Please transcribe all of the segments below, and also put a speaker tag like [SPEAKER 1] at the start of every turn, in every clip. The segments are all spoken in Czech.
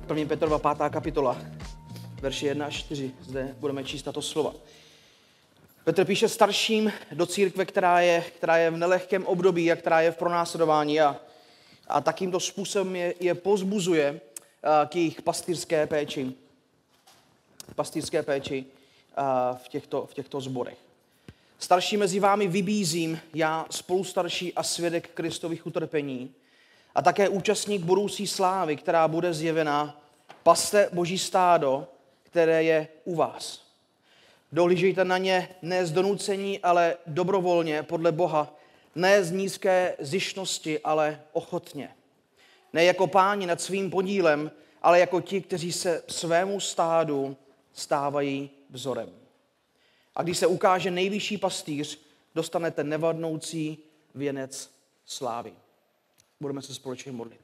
[SPEAKER 1] 1. Petrova 5. kapitola, verši 1 až 4. Zde budeme číst tato slova. Petr píše starším do církve, která je v nelehkém období a která je v pronásledování a takýmto způsobem je povzbuzuje k jejich pastýřské péči v těchto sborech. Starší mezi vámi vybízím, já spolustarsší a svědek Kristových utrpení a také účastník budoucí slávy, která bude zjevena, paste Boží stádo, které je u vás. Dohlížejte na ně ne z donucení, ale dobrovolně podle Boha, ne z nízké zištnosti, ale ochotně. Ne jako páni nad svým podílem, ale jako ti, kteří se svému stádu stávají vzorem. A když se ukáže nejvyšší pastýř, dostanete nevadnoucí věnec slávy. Budeme se společně modlit.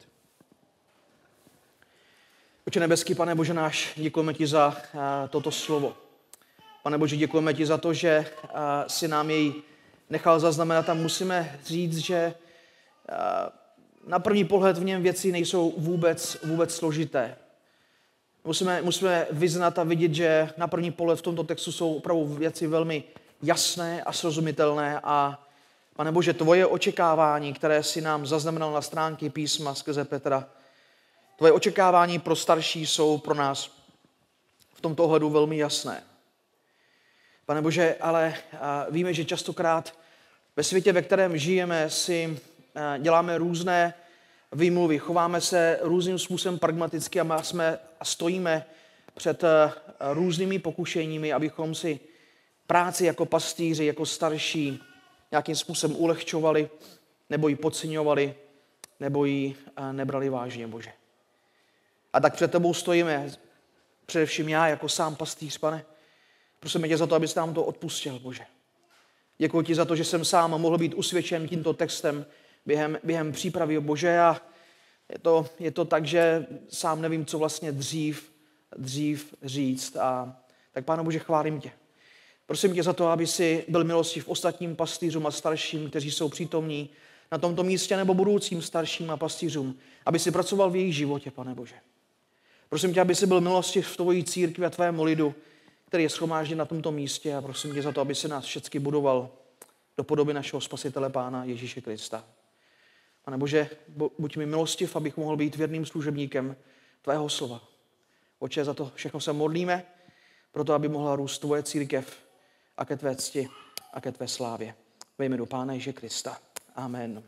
[SPEAKER 1] Otče nebeský, Pane Bože náš, děkujeme ti za toto slovo. Pane Bože, děkujeme ti za to, že si nám jej nechal zaznamenat a musíme říct, že na první pohled v něm věci nejsou vůbec složité. Musíme vyznat a vidět, že na první pohled v tomto textu jsou opravdu věci velmi jasné a srozumitelné a Pane Bože, tvoje očekávání, které si nám zaznamenal na stránky písma skrze Petra, tvoje očekávání pro starší jsou pro nás v tomto ohledu velmi jasné. Pane Bože, ale víme, že častokrát ve světě, ve kterém žijeme, si děláme různé výmluvy, chováme se různým způsobem pragmaticky a stojíme před různými pokušeními, abychom si práci jako pastýři, jako starší nějakým způsobem ulehčovali, nebo ji podceňovali, nebo ji nebrali vážně, Bože. A tak před tebou stojíme, především já jako sám pastýř, Pane. Prosíme tě za to, abys nám to odpustil, Bože. Děkuji ti za to, že jsem sám mohl být usvědčen tímto textem během přípravy, Bože. A je to tak, že sám nevím, co vlastně dřív říct. A tak, Páne Bože, chválím tě. Prosím tě za to, aby si byl milostiv ostatním pastýřům a starším, kteří jsou přítomní na tomto místě, nebo budoucím starším a pastýřům, aby si pracoval v jejich životě, Pane Bože. Prosím tě, aby si byl milostiv v tvojí církvi a tvému lidu, který je shromážděn na tomto místě a prosím tě za to, aby si nás všechny budoval do podoby našeho Spasitele Pána Ježíše Krista. Pane Bože, buď mi milostiv, abych mohl být věrným služebníkem tvého slova. Otče, za to všechno se modlíme, proto aby mohla růst tvoje církev a ke tvé cti a ke tvé slávě. Ve jménu Pána Ježíše Krista. Amen.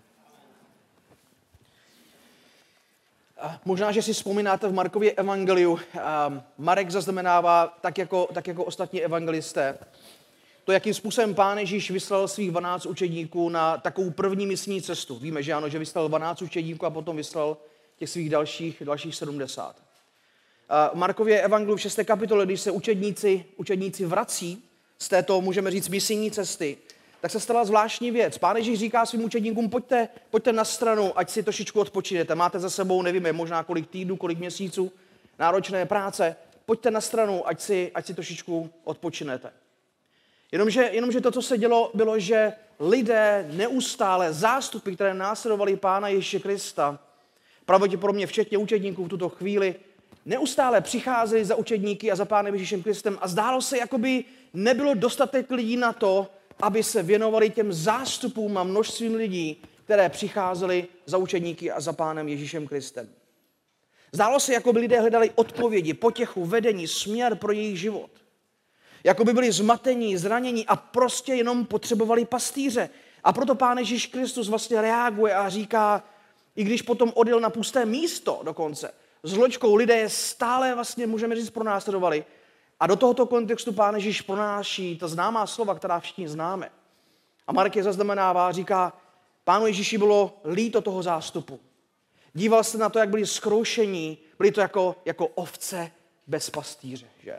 [SPEAKER 1] Možná, že si vzpomínáte v Markově evangeliu, Marek zaznamenává tak jako ostatní evangelisté, to, jakým způsobem Pán Ježíš vyslal svých 12 učedníků na takovou první misijní cestu. Víme, že ano, že vyslal 12 učedníků a potom vyslal těch svých dalších 70. V Markově evangeliu v 6. kapitole, když se učedníci vrací z této, můžeme říct, misijní cesty, tak se stala zvláštní věc. Pán Ježíš říká svým učedníkům, pojďte na stranu, ať si trošičku odpočinete. Máte za sebou, nevíme, možná kolik týdnů, kolik měsíců náročné práce. Pojďte na stranu, ať si trošičku odpočinete. Jenomže to, co se dělo, bylo, že lidé neustále, zástupy, které následovali Pána Ježíše Krista, pravděpodobně včetně učedníků v tuto chvíli, neustále přicházeli za učedníky a za Pánem Ježíšem Kristem a zdálo se, jakoby nebylo dostatek lidí na to, aby se věnovali těm zástupům a množstvím lidí, které přicházeli za učedníky a za Pánem Ježíšem Kristem. Zdálo se, jako by lidé hledali odpovědi, potěchu, vedení, směr pro jejich život. Jako by byli zmatení, zranění a prostě jenom potřebovali pastýře. A proto Pán Ježíš Kristus vlastně reaguje a říká, i když potom odjel na pusté místo dokonce, s loďkou lidé je stále vlastně, můžeme říct, pronásledovali. A do tohoto kontextu Pán Ježíš pronáší ta známá slova, která všichni známe. A Marek je zaznamenává a říká, Pánu Ježíši bylo líto toho zástupu. Díval se na to, jak byli zkroušení, byli to jako ovce bez pastýře. Že?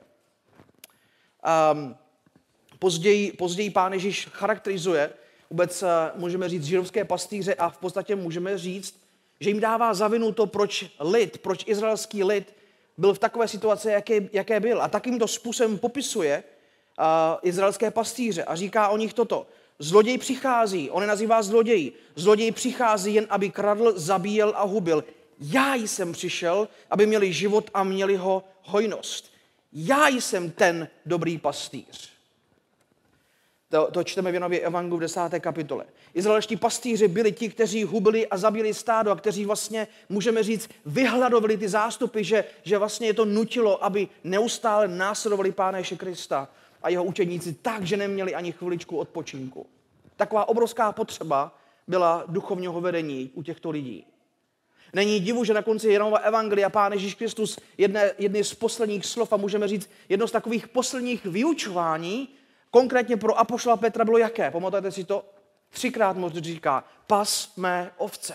[SPEAKER 1] Později Pán Ježíš charakterizuje vůbec, můžeme říct, židovské pastýře a v podstatě můžeme říct, že jim dává za vinu to, proč izraelský lid byl v takové situaci, jaké byl. A takýmto způsobem popisuje izraelské pastýře a říká o nich toto. Zloděj přichází, on je nazývá zloděj. Zloděj přichází jen, aby kradl, zabíjel a hubil. Já jsem přišel, aby měli život a měli ho hojnost. Já jsem ten dobrý pastýř. To čteme v Janově evangeliu v 10. kapitole. Izraelští pastýři byli ti, kteří hubili a zabili stádo a kteří vlastně, můžeme říct, vyhladovali ty zástupy, že vlastně je to nutilo, aby neustále následovali Pána Ježíše Krista a jeho učeníci tak, že neměli ani chviličku odpočinku. Taková obrovská potřeba byla duchovního vedení u těchto lidí. Není divu, že na konci Janova evangelia Pán Ježíš Kristus jedny z posledních slov, a můžeme říct jedno z takových posledních vyučování, konkrétně pro apoštola Petra bylo jaké? Pamatujete si to? 3krát mu říká, pas mé ovce.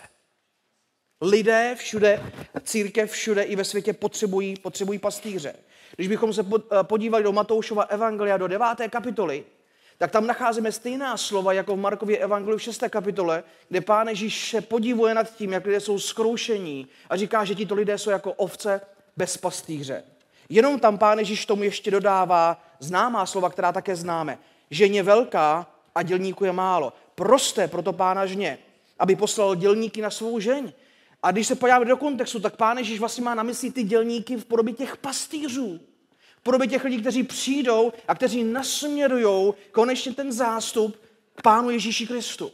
[SPEAKER 1] Lidé všude, církev všude i ve světě potřebují pastýře. Když bychom se podívali do Matoušova evangelia do 9. kapitoly, tak tam nacházíme stejná slova jako v Markově evangeliu v 6. kapitole, kde Pán Ježíš se podivuje nad tím, jak lidé jsou zkroušení a říká, že tito lidé jsou jako ovce bez pastýře. Jenom tam Pán Ježíš tomu ještě dodává známá slova, která také známe. Žeň je velká a dělníků je málo. Proste proto Pána žně, aby poslal dělníky na svou žeň. A když se podíváme do kontextu, tak Pán Ježíš vlastně má na mysli ty dělníky v podobě těch pastýřů. V podobě těch lidí, kteří přijdou a kteří nasměrujou konečně ten zástup k Pánu Ježíši Kristu.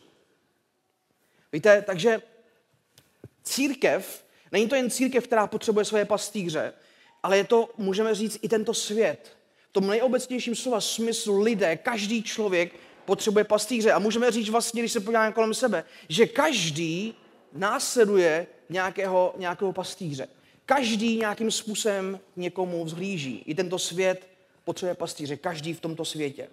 [SPEAKER 1] Víte, takže církev, není to jen církev, která potřebuje své pastýře, ale je to, můžeme říct, i tento svět. V tom nejobecnějším slova smyslu lidé, každý člověk potřebuje pastýře. A můžeme říct vlastně, když se podíváme kolem sebe, že každý následuje nějakého pastýře. Každý nějakým způsobem někomu vzhlíží. I tento svět potřebuje pastýře. Každý v tomto světě.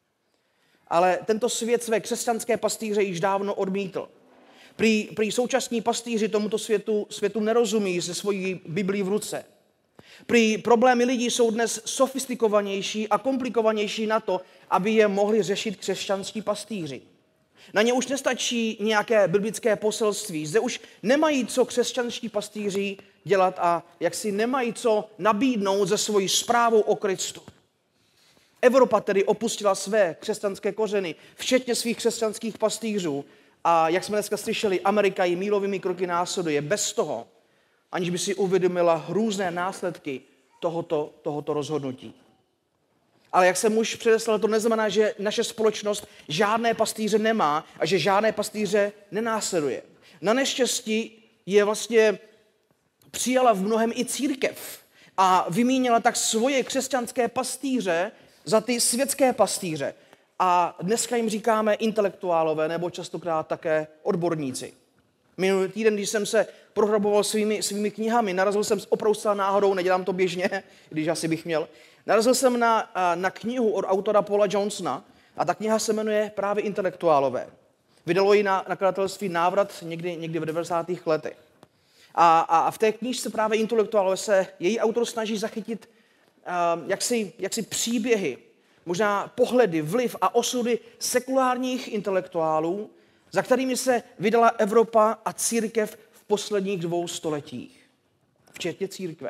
[SPEAKER 1] Ale tento svět své křesťanské pastýře již dávno odmítl. Prý současní pastýři tomuto světu nerozumí se svojí Biblí v ruce. Prý problémy lidí jsou dnes sofistikovanější a komplikovanější na to, aby je mohli řešit křesťanští pastýři. Na ně už nestačí nějaké biblické poselství. Zde už nemají co křesťanští pastýři dělat a jaksi nemají co nabídnout ze svojí zprávou o Kristu. Evropa tedy opustila své křesťanské kořeny, včetně svých křesťanských pastýřů. A jak jsme dneska slyšeli, Amerika ji mílovými kroky následuje bez toho, aniž by si uvědomila různé následky tohoto rozhodnutí. Ale jak jsem už předeslal, to neznamená, že naše společnost žádné pastýře nemá a že žádné pastýře nenásleduje. Na neštěstí je vlastně přijala v mnohem i církev a vymínila tak svoje křesťanské pastýře za ty světské pastýře. A dneska jim říkáme intelektuálové nebo častokrát také odborníci. Minulý týden, když jsem se prohraboval svými knihami, narazil jsem opravdu zcela náhodou, nedělám to běžně, když asi bych měl, narazil jsem na knihu od autora Paula Jonesona a ta kniha se jmenuje právě Intelektuálové. Vydalo ji na nakladatelství Návrat někdy v 90. letech. A v té knížce právě Intelektuálové se její autor snaží zachytit jaksi příběhy, možná pohledy, vliv a osudy sekulárních intelektuálů, za kterými se vydala Evropa a církev v posledních 2 stoletích. Včetně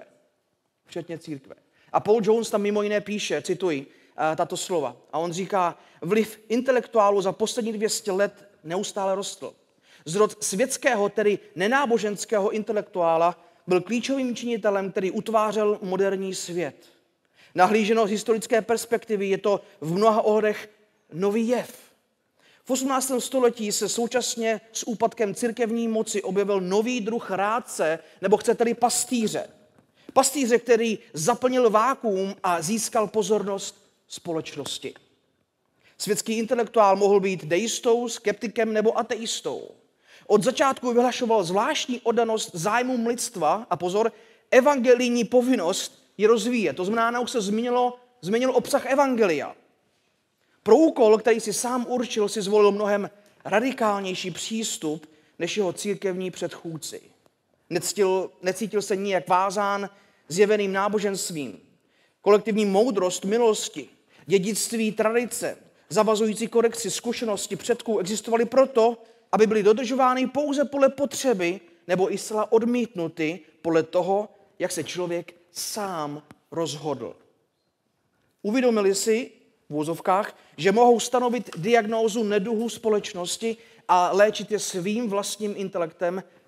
[SPEAKER 1] církve. A Paul Jones tam mimo jiné píše, cituji tato slova, a on říká, vliv intelektuálů za posledních 200 let neustále rostl. Zrod světského, tedy nenáboženského intelektuála byl klíčovým činitelem, který utvářel moderní svět. Nahlíženo z historické perspektivy je to v mnoha ohledech nový jev. V 18. století se současně s úpadkem církevní moci objevil nový druh rádce, nebo chcete-li pastýře. Pastýře, který zaplnil vákuum a získal pozornost společnosti. Světský intelektuál mohl být deistou, skeptikem nebo ateistou. Od začátku vyhlašoval zvláštní oddanost zájmům lidstva a pozor, evangelijní povinnost je rozvíjet. To znamená, už se změnil obsah evangelia. Pro úkol, který si sám určil, si zvolil mnohem radikálnější přístup než jeho církevní předchůdci. Necítil se nijak vázán zjeveným náboženstvím. Kolektivní moudrost minulosti, dědictví tradice, zavazující korekci zkušenosti předků existovaly proto, aby byly dodržovány pouze podle potřeby nebo i zcela odmítnuty podle toho, jak se člověk sám rozhodl. Uvědomili si v úvozovkách, že mohou stanovit diagnózu neduhu společnosti a léčit je svým vlastním intelektem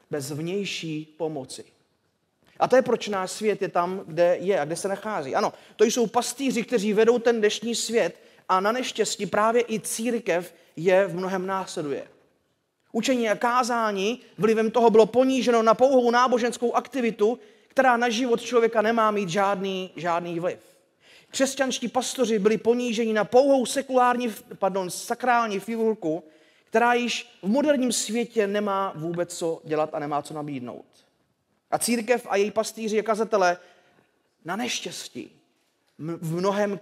[SPEAKER 1] bez vnější pomoci. A to je, proč náš svět je tam, kde je a kde se nachází. Ano, to jsou pastýři, kteří vedou ten dnešní svět a na neštěstí právě i církev je v mnohem následuje. Učení a kázání vlivem toho bylo poníženo na pouhou náboženskou aktivitu, která na život člověka nemá mít žádný vliv. Křesťanští pastoři byli poníženi na pouhou sakrální figurku, která již v moderním světě nemá vůbec co dělat a nemá co nabídnout. A církev a její pastýři a kazatelé na neštěstí v mnohem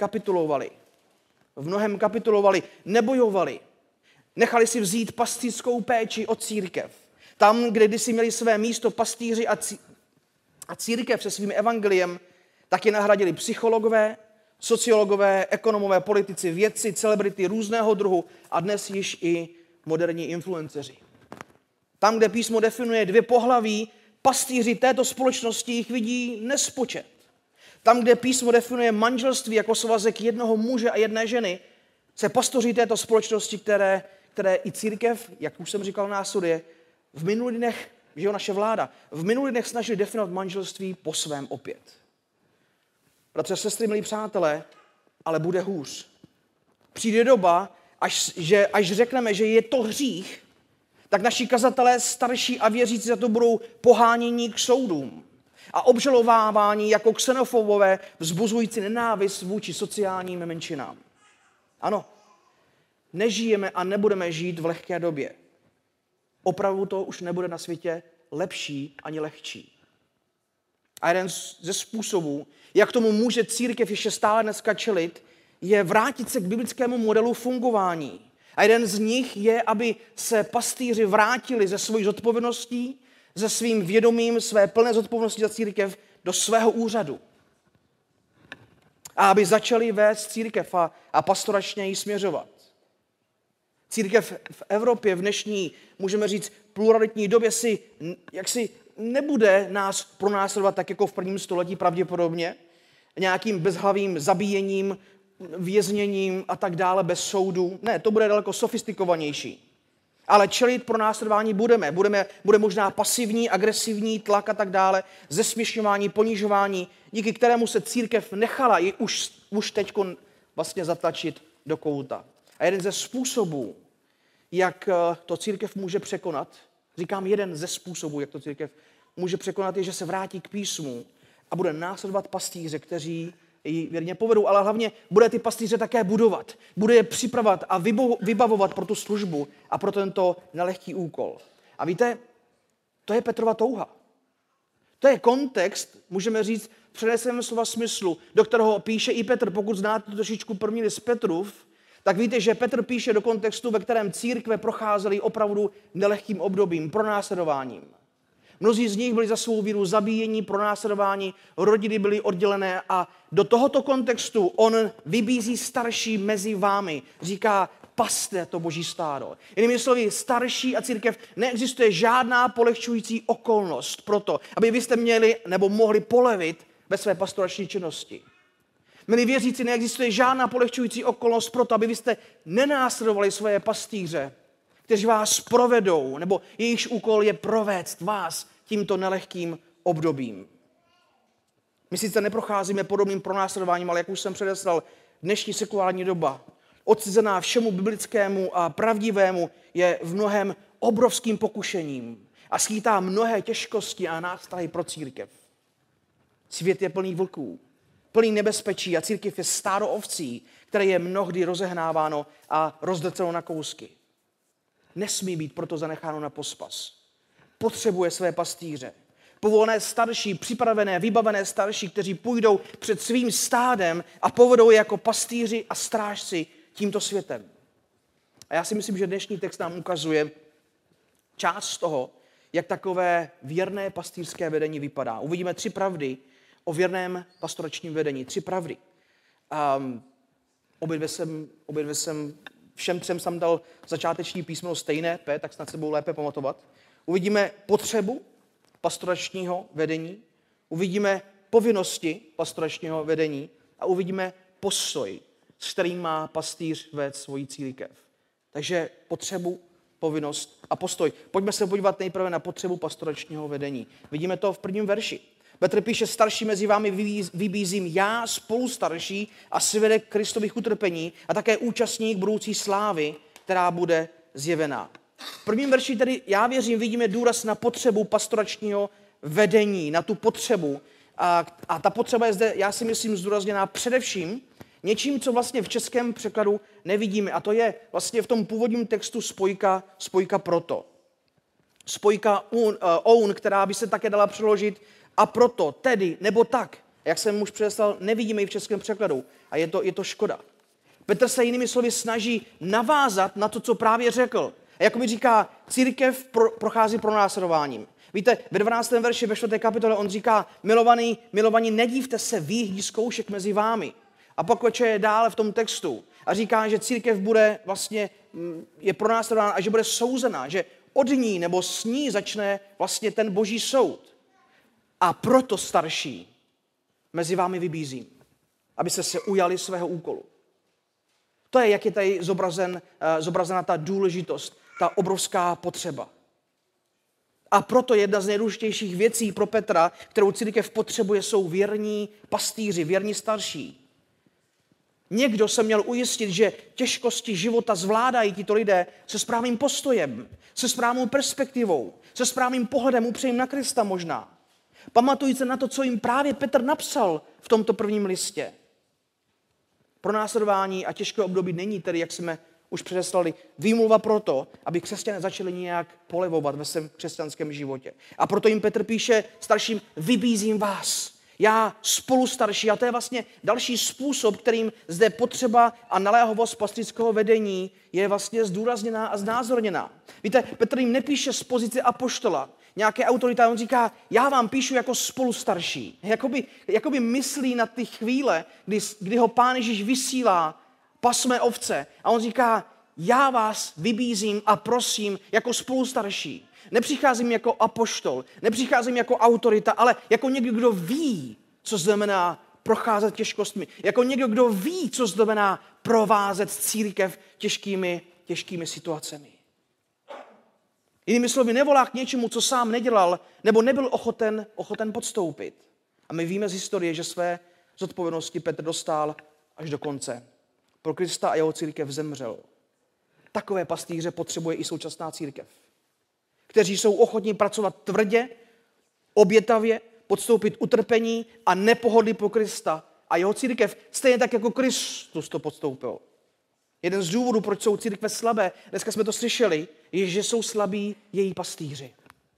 [SPEAKER 1] kapitulovali, nebojovali. Nechali si vzít pastýřskou péči od církev. Tam, kde kdysi měli své místo pastýři a církev se svým evangeliem, tak je nahradili psychologové, sociologové, ekonomové, politici, vědci, celebrity různého druhu a dnes již i moderní influenceři. Tam, kde písmo definuje 2 pohlaví, pastýři této společnosti jich vidí nespočet. Tam, kde písmo definuje manželství jako svazek jednoho muže a jedné ženy, se pastoři této společnosti, které i církev, jak už jsem říkal, následuje, v minulých dnech, že naše vláda, v minulých dnech snažili definovat manželství po svém opět. Bratři a sestry, milí přátelé, ale bude hůř. Přijde doba, až řekneme, že je to hřích, tak naši kazatelé starší a věřící za to budou poháněni k soudům a obžalovávání jako xenofobové, vzbuzující nenávist vůči sociálním menšinám. Ano, nežijeme a nebudeme žít v lehké době. Opravdu to už nebude na světě lepší ani lehčí. A jeden ze způsobů, jak tomu může církev ještě stále dneska čelit, je vrátit se k biblickému modelu fungování. A jeden z nich je, aby se pastýři vrátili ze svojí zodpovědností, ze svým vědomím své plné zodpovědnosti za církev do svého úřadu. A aby začali vést církev a pastoračně ji směřovat. Církev v Evropě v dnešní, můžeme říct, pluralitní době si nebude nás pronásledovat tak jako v 1. století pravděpodobně, nějakým bezhlavým zabíjením, vězněním a tak dále bez soudu. Ne, to bude daleko sofistikovanější. Ale čelit pronásledování bude možná pasivní, agresivní tlak a tak dále, zesměšňování, ponižování, díky kterému se církev nechala i už teď vlastně zatlačit do kouta. A jeden ze způsobů, jak to církev může překonat, říkám jeden ze způsobů, jak to církev může překonat, je, že se vrátí k písmu a bude následovat pastýře, kteří ji věrně povedou, ale hlavně bude ty pastýře také budovat. Bude je připravovat a vybavovat pro tu službu a pro tento nelehký úkol. A víte, to je Petrova touha. To je kontext, můžeme říct, v přeneseném slova smyslu, do kterého píše i Petr. Pokud znáte trošičku první list Petrův, tak víte, že Petr píše do kontextu, ve kterém církve procházely opravdu nelehkým obdobím, pronásledováním. Mnozí z nich byli za svou víru zabíjení, pronásledování, rodiny byly oddělené a do tohoto kontextu on vybízí starší mezi vámi. Říká, paste to boží stádo. Jinými slovy, starší a církev, neexistuje žádná polehčující okolnost pro to, aby vy jste měli nebo mohli polevit ve své pastorační činnosti. Milí věřící, neexistuje žádná polehčující okolnost pro to, aby vy jste nenásledovali svoje pastýře, kteří vás provedou, nebo jejichž úkol je provést vás tímto nelehkým obdobím. My sice neprocházíme podobným pronásledováním, ale jak už jsem předeslal, dnešní sekulární doba, odcizená všemu biblickému a pravdivému, je v mnohem obrovským pokušením a skýtá mnohé těžkosti a nástrahy pro církev. Svět je plný vlků, plný nebezpečí a církev je stádo ovcí, které je mnohdy rozehnáváno a rozdrceno na kousky. Nesmí být proto zanecháno na pospas. Potřebuje své pastýře. Povolené starší, připravené, vybavené starší, kteří půjdou před svým stádem a povedou je jako pastýři a strážci tímto světem. A já si myslím, že dnešní text nám ukazuje část z toho, jak takové věrné pastýřské vedení vypadá. Uvidíme 3 pravdy o věrném pastoračním vedení. 3 pravdy. Obě jsem všem 3 jsem dal začáteční písmeno stejné, P, tak snad se budou lépe pamatovat. Uvidíme potřebu pastoračního vedení, uvidíme povinnosti pastoračního vedení a uvidíme postoj, s kterým má pastýř vést svoji církev. Takže potřebu, povinnost a postoj. Pojďme se podívat nejprve na potřebu pastoračního vedení. Vidíme to v prvním verši. Petr píše, starší mezi vámi vybízím já, spolustarší a svědek Kristových utrpení a také účastník budoucí slávy, která bude zjevená. V prvním verši tedy, já věřím, vidíme důraz na potřebu pastoračního vedení, na tu potřebu. A ta potřeba je zde, já si myslím, zdůrazněná především něčím, co vlastně v českém překladu nevidíme. A to je vlastně v tom původním textu spojka proto. Spojka oun, která by se také dala přeložit a proto, tedy, nebo tak. Jak jsem už předeslal, nevidíme ji v českém překladu. A je to škoda. Petr se jinými slovy snaží navázat na to, co právě řekl. A jakoby říká, církev prochází pronásledováním. Víte, ve 12. verši ve 4. kapitole on říká, milovaní, nedívte se výhdí zkoušek mezi vámi. A pokračuje dále v tom textu a říká, že církev bude vlastně, je pronásledována a že bude souzena, že od ní nebo s ní začne vlastně ten boží soud. A proto starší mezi vámi vybízím, abyste se ujali svého úkolu. To je, jak je tady zobrazena ta důležitost, ta obrovská potřeba. A proto jedna z nejdůležitějších věcí pro Petra, kterou církev potřebuje, jsou věrní pastýři, věrní starší. Někdo se měl ujistit, že těžkosti života zvládají tito lidé se správným postojem, se správnou perspektivou, se správným pohledem upřeným na Krista možná. Pamatují se na to, co jim právě Petr napsal v tomto prvním listě. Pronásledování a těžké období není tedy, jak jsme už předeslali, výmluva proto, aby křesťané začali nějak polevovat ve svém křesťanském životě. A proto jim Petr píše starším, vybízím vás. Já spolu starší. A to je vlastně další způsob, kterým zde potřeba a naléhavost pastýřského vedení je vlastně zdůrazněná a znázorněná. Víte, Petr jim nepíše z pozice apoštola, nějaké autorita, on říká, já vám píšu jako spolustarší. Jakoby myslí na ty chvíle, kdy ho Pán Ježíš vysílá, pasme ovce. A on říká, já vás vybízím a prosím jako spolustarší. Nepřicházím jako apoštol, nepřicházím jako autorita, ale jako někdo, kdo ví, co znamená procházet těžkostmi. Jako někdo, kdo ví, co znamená provázet církev těžkými situacemi. Jinými slovy, nevolá k něčemu, co sám nedělal, nebo nebyl ochoten podstoupit. A my víme z historie, že své zodpovědnosti Petr dostal až do konce. Pro Krista a jeho církev zemřel. Takové pastýře potřebuje i současná církev, kteří jsou ochotní pracovat tvrdě, obětavě, podstoupit utrpení a nepohodlí pro Krista a jeho církev, stejně tak jako Kristus to podstoupil. Jeden z důvodů, proč jsou církve slabé, dneska jsme to slyšeli, je, že jsou slabí její pastýři.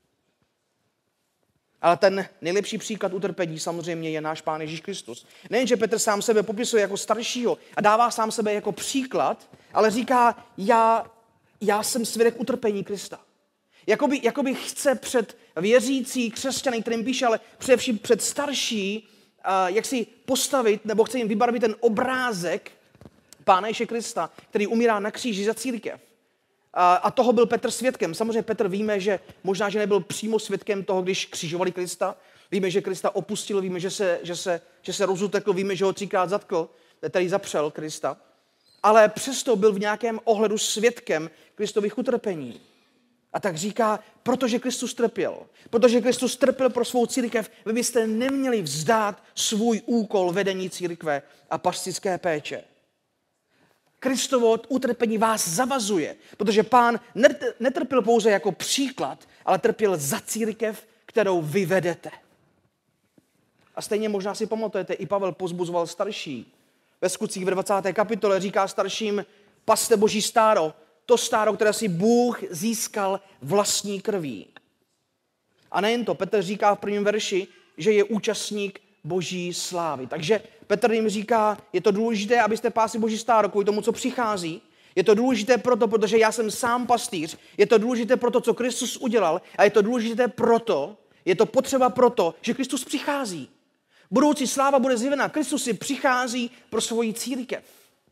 [SPEAKER 1] Ale ten nejlepší příklad utrpení samozřejmě je náš Pán Ježíš Kristus. Nejenže Petr sám sebe popisuje jako staršího a dává sám sebe jako příklad, ale říká, já jsem svědek utrpení Krista. Jakoby chce před věřící křesťany, kterým píše, ale především před starší, jak si postavit, nebo chce jim vybarvit ten obrázek Pána Ježíše Krista, který umírá na kříži za církev. A toho byl Petr svědkem. Samozřejmě Petr víme, že možná, že nebyl přímo svědkem toho, když křižovali Krista. Víme, že Krista opustil, víme, že se rozutekl, víme, že ho 3krát zatkl, tedy zapřel Krista. Ale přesto byl v nějakém ohledu svědkem Kristových utrpení. A tak říká, protože Kristus trpěl pro svou církev, vy byste neměli vzdát svůj úkol vedení církve a pastýřské péče. Kristovo utrpení vás zavazuje, protože Pán netrpěl pouze jako příklad, ale trpěl za církev, kterou vy vedete. A stejně možná si pamatujete, i Pavel pozbuzoval starší. Ve Skutcích ve 20. kapitole říká starším, paste Boží stádo, to stádo, které si Bůh získal vlastní krví. A nejen to, Petr říká v prvním verši, že je účastník Boží slávy. Takže Petr jim říká, je to důležité, abyste pásli Boží stádo kvůli tomu, co přichází. Je to důležité proto, protože já jsem sám pastýř. Je to důležité proto, co Kristus udělal. A je to důležité proto, je to potřeba proto, že Kristus přichází. Budoucí sláva bude zjevena. Kristus si přichází pro svoji církev.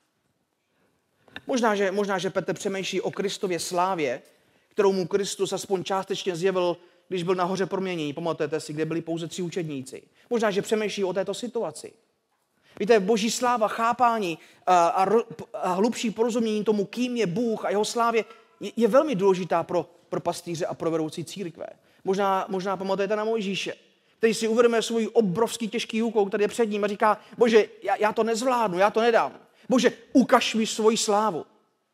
[SPEAKER 1] Možná, že Petr přemýšlí o Kristově slávě, kterou mu Kristus aspoň částečně zjevil, když byl nahoře proměnění. Pamatujete si, kde byli pouze 3 učedníci. Možná, že přemýšlí o této situaci. Víte, Boží sláva, chápání a hlubší porozumění tomu, kým je Bůh a jeho slávě, je velmi důležitá pro pastýře a pro vedoucí církve. Možná pamatujete na Mojžíše, který si uvědomuje svůj obrovský těžký úkol, který je před ním a říká, Bože, já to nezvládnu, já to nedám. Bože, ukaž mi svoji slávu.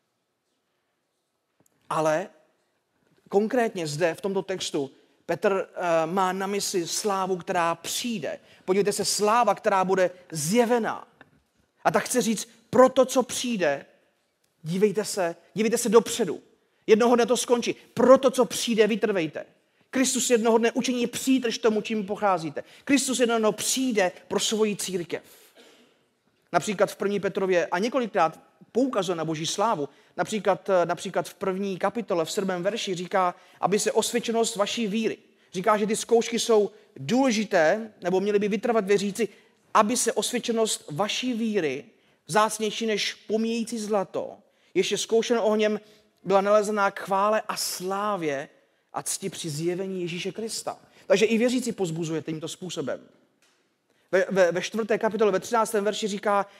[SPEAKER 1] Ale konkrétně zde v tomto textu Petr má na mysli slávu, která přijde. Podívejte se, sláva, která bude zjevená. A tak chce říct, pro to, co přijde, dívejte se dopředu. Jednoho dne to skončí. Pro to, co přijde, vytrvejte. Kristus jednoho dne učiní přítrž tomu, čím pocházíte. Kristus jednoho dne přijde pro svoji církev. Například v 1. Petrově a několikrát poukazuje na Boží slávu. Například v 1. kapitole, v 7. verši říká, aby se osvědčenost vaší víry. Říká, že ty zkoušky jsou důležité, nebo měly by vytrvat věřící, aby se osvědčenost vaší víry, vzácnější než pomíjející zlato, ještě zkoušeno ohněm, byla nalezená k chvále a slávě a cti při zjevení Ježíše Krista. Takže i věřící pozbuzuje tímto způsobem. Ve 4. kapitole, ve 13. verši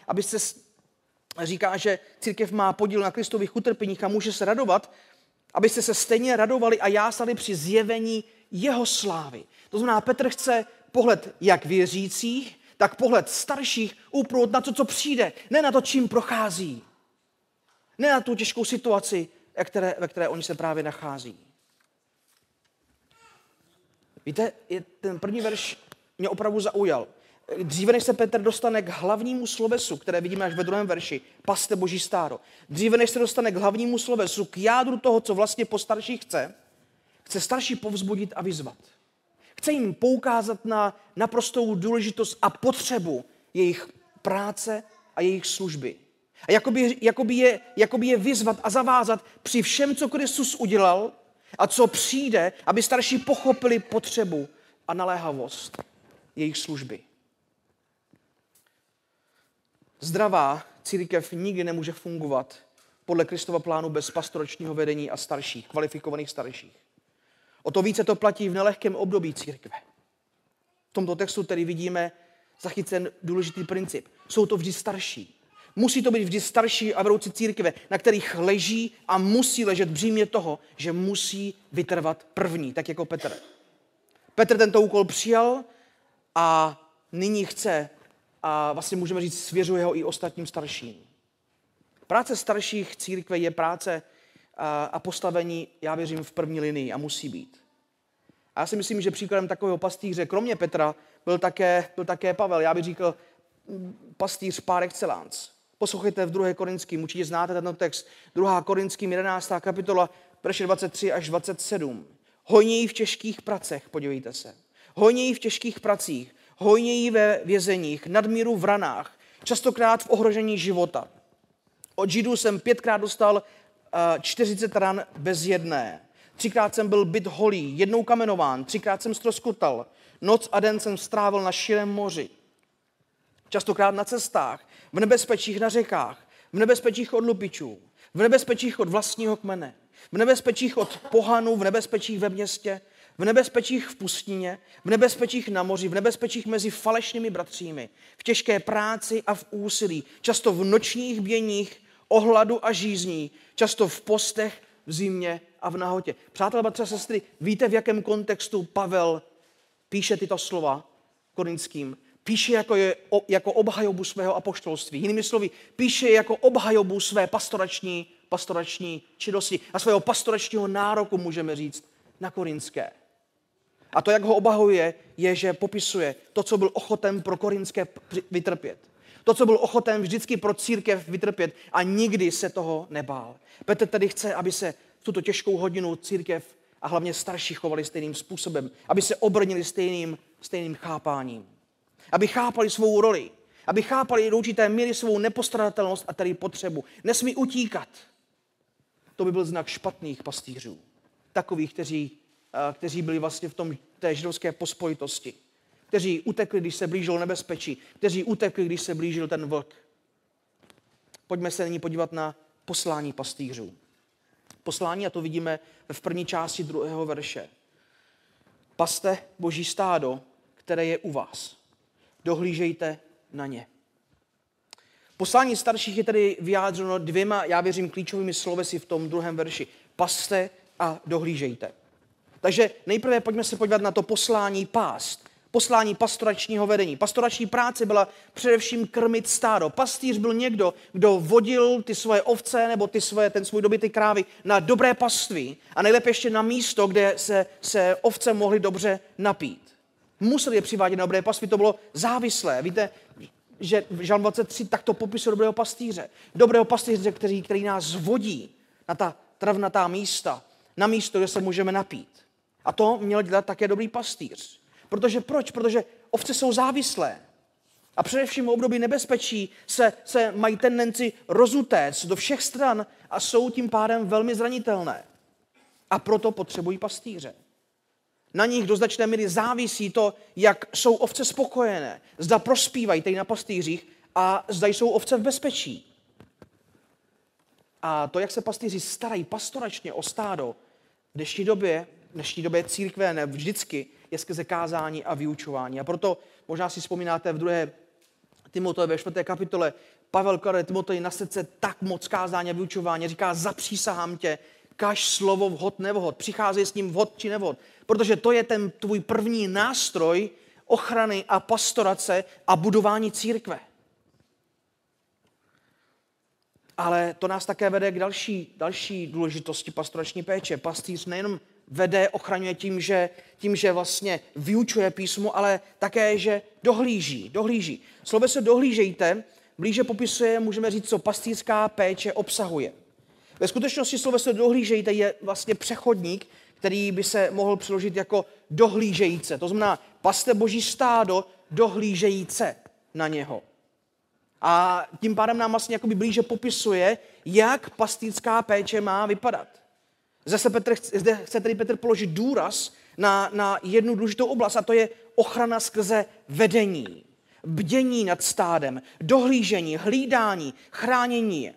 [SPEAKER 1] říká, že církev má podíl na Kristových utrpeních a může se radovat, abyste se stejně radovali a jásali při zjevení jeho slávy. To znamená, Petr chce pohled jak věřících, tak pohled starších upnout na to, co přijde. Ne na to, čím prochází. Ne na tu těžkou situaci, ve které oni se právě nachází. Víte, ten první verš mě opravdu zaujal. Dříve, než se Petr dostane k hlavnímu slovesu, které vidíme až ve 2. verši, paste Boží stádo. Dříve, než se dostane k hlavnímu slovesu, k jádru toho, co vlastně po starších chce starší povzbudit a vyzvat. Chce jim poukázat na naprostou důležitost a potřebu jejich práce a jejich služby. A jakoby je vyzvat a zavázat při všem, co Kristus udělal a co přijde, aby starší pochopili potřebu a naléhavost jejich služby. Zdravá církev nikdy nemůže fungovat podle Kristova plánu bez pastoračního vedení a starších, kvalifikovaných starších. O to více to platí v nelehkém období církve. V tomto textu tedy vidíme zachycen důležitý princip. Jsou to vždy starší. Musí to být vždy starší a vedoucí církve, na kterých leží a musí ležet břímě toho, že musí vytrvat první, tak jako Petr. Petr tento úkol přijal a nyní chce, a vlastně můžeme říct, svěřuje ho i ostatním starším. Práce starších církve je práce a postavení, já věřím, v první linii a musí být. A já si myslím, že příkladem takového pastýře, kromě Petra, byl také Pavel. Já bych říkal pastýř par excellence. Poslouchejte v 2. Korinským, určitě znáte tento text. 2. Korinským, 11. kapitola, verše 23 až 27. Hojněji v těžkých pracech, podívejte se. Hojněji v těžkých pracích, hojněji ve vězeních, nadmíru v ranách, častokrát v ohrožení života. Od Židů jsem 5krát dostal 40 ran bez jedné. 3krát jsem byl bit holý, 1 kamenován, 3krát jsem ztroskotal. Noc a den jsem strávil na širém moři. Častokrát na cestách, v nebezpečích na řekách, v nebezpečích od lupičů, v nebezpečích od vlastního kmene, v nebezpečích od pohanů, v nebezpečích ve městě, v nebezpečích v pustině, v nebezpečích na moři, v nebezpečích mezi falešnými bratřími, v těžké práci a v úsilí, často v nočních běních, o hladu a žízní, často v postech, v zimě a v nahotě. Přátelé, bratři a sestry, víte, v jakém kontextu Pavel píše tyto slova Korinským? Píše jako obhajobu svého apoštolství. Jinými slovy, píše jako obhajobu své pastorační činnosti a svého pastoračního nároku, můžeme říct, na korinské. A to, jak ho obhajuje, je, že popisuje to, co byl ochoten pro korinské vytrpět. To, co byl ochoten vždycky pro církev vytrpět a nikdy se toho nebál. Petr tedy chce, aby se v tuto těžkou hodinu církev a hlavně starší chovali stejným způsobem, aby se obrnili stejným chápáním. Aby chápali svou roli, aby chápali do určité míry svou nepostradatelnost a tedy potřebu. Nesmí utíkat. To by byl znak špatných pastýřů. Takových, kteří byli vlastně v té židovské pospolitosti. Kteří utekli, když se blížilo nebezpečí. Kteří utekli, když se blížil ten vlk. Pojďme se nyní podívat na poslání pastýřů. Poslání, a to vidíme v první části 2. verše. Paste Boží stádo, které je u vás. Dohlížejte na ně. Poslání starších je tedy vyjádřeno 2, já věřím, klíčovými slovesy v tom 2. verši. paste a dohlížejte. Takže nejprve pojďme se podívat na to poslání pást. Poslání pastoračního vedení. Pastorační práce byla především krmit stádo. Pastýř byl někdo, kdo vodil ty svoje ovce nebo ten svůj dobytek krávy na dobré paství a nejlépe ještě na místo, kde se ovce mohly dobře napít. Museli je přivádět na dobré paství, to bylo závislé. Víte, že Žalm 23 takto popisuje dobrého pastýře. Dobrého pastýře, který nás vodí na ta travnatá místa, na místo, kde se můžeme napít. A to měl dělat také dobrý pastýř. Protože proč? Protože ovce jsou závislé. A především v období nebezpečí se mají tendenci rozutéct do všech stran a jsou tím pádem velmi zranitelné. A proto potřebují pastýře. Na nich do značné míry závisí to, jak jsou ovce spokojené. Zda prospívají tady na pastýřích a zda jsou ovce v bezpečí. A to, jak se pastýři starají pastoračně o stádo, v dnešní době církve ne vždycky je skrze kázání a vyučování. A proto možná si vzpomínáte v 2. Timoteje ve 4. kapitole Pavel klade Timoteji na srdce tak moc kázání a vyučování. Říká, zapřísahám tě, kaž slovo vhod nevhod. Přicházej s ním vhod či nevhod. Protože to je ten tvůj první nástroj ochrany a pastorace a budování církve. Ale to nás také vede k další důležitosti pastorační péče. Pastýř nejenom vede, ochraňuje tím, že vlastně vyučuje písmo, ale také, že dohlíží. Sloveso dohlížejte blíže popisuje, můžeme říct, co pastýřská péče obsahuje. Ve skutečnosti sloveso dohlížejte je vlastně přechodník, který by se mohl přeložit jako dohlížejíce. To znamená, paste boží stádo dohlížejíce na něho. A tím pádem nám vlastně jakoby blíže popisuje, jak pastýřská péče má vypadat. Zde chce tedy Petr položit důraz na jednu důležitou oblast, a to je ochrana skrze vedení, bdění nad stádem, dohlížení, hlídání, chránění.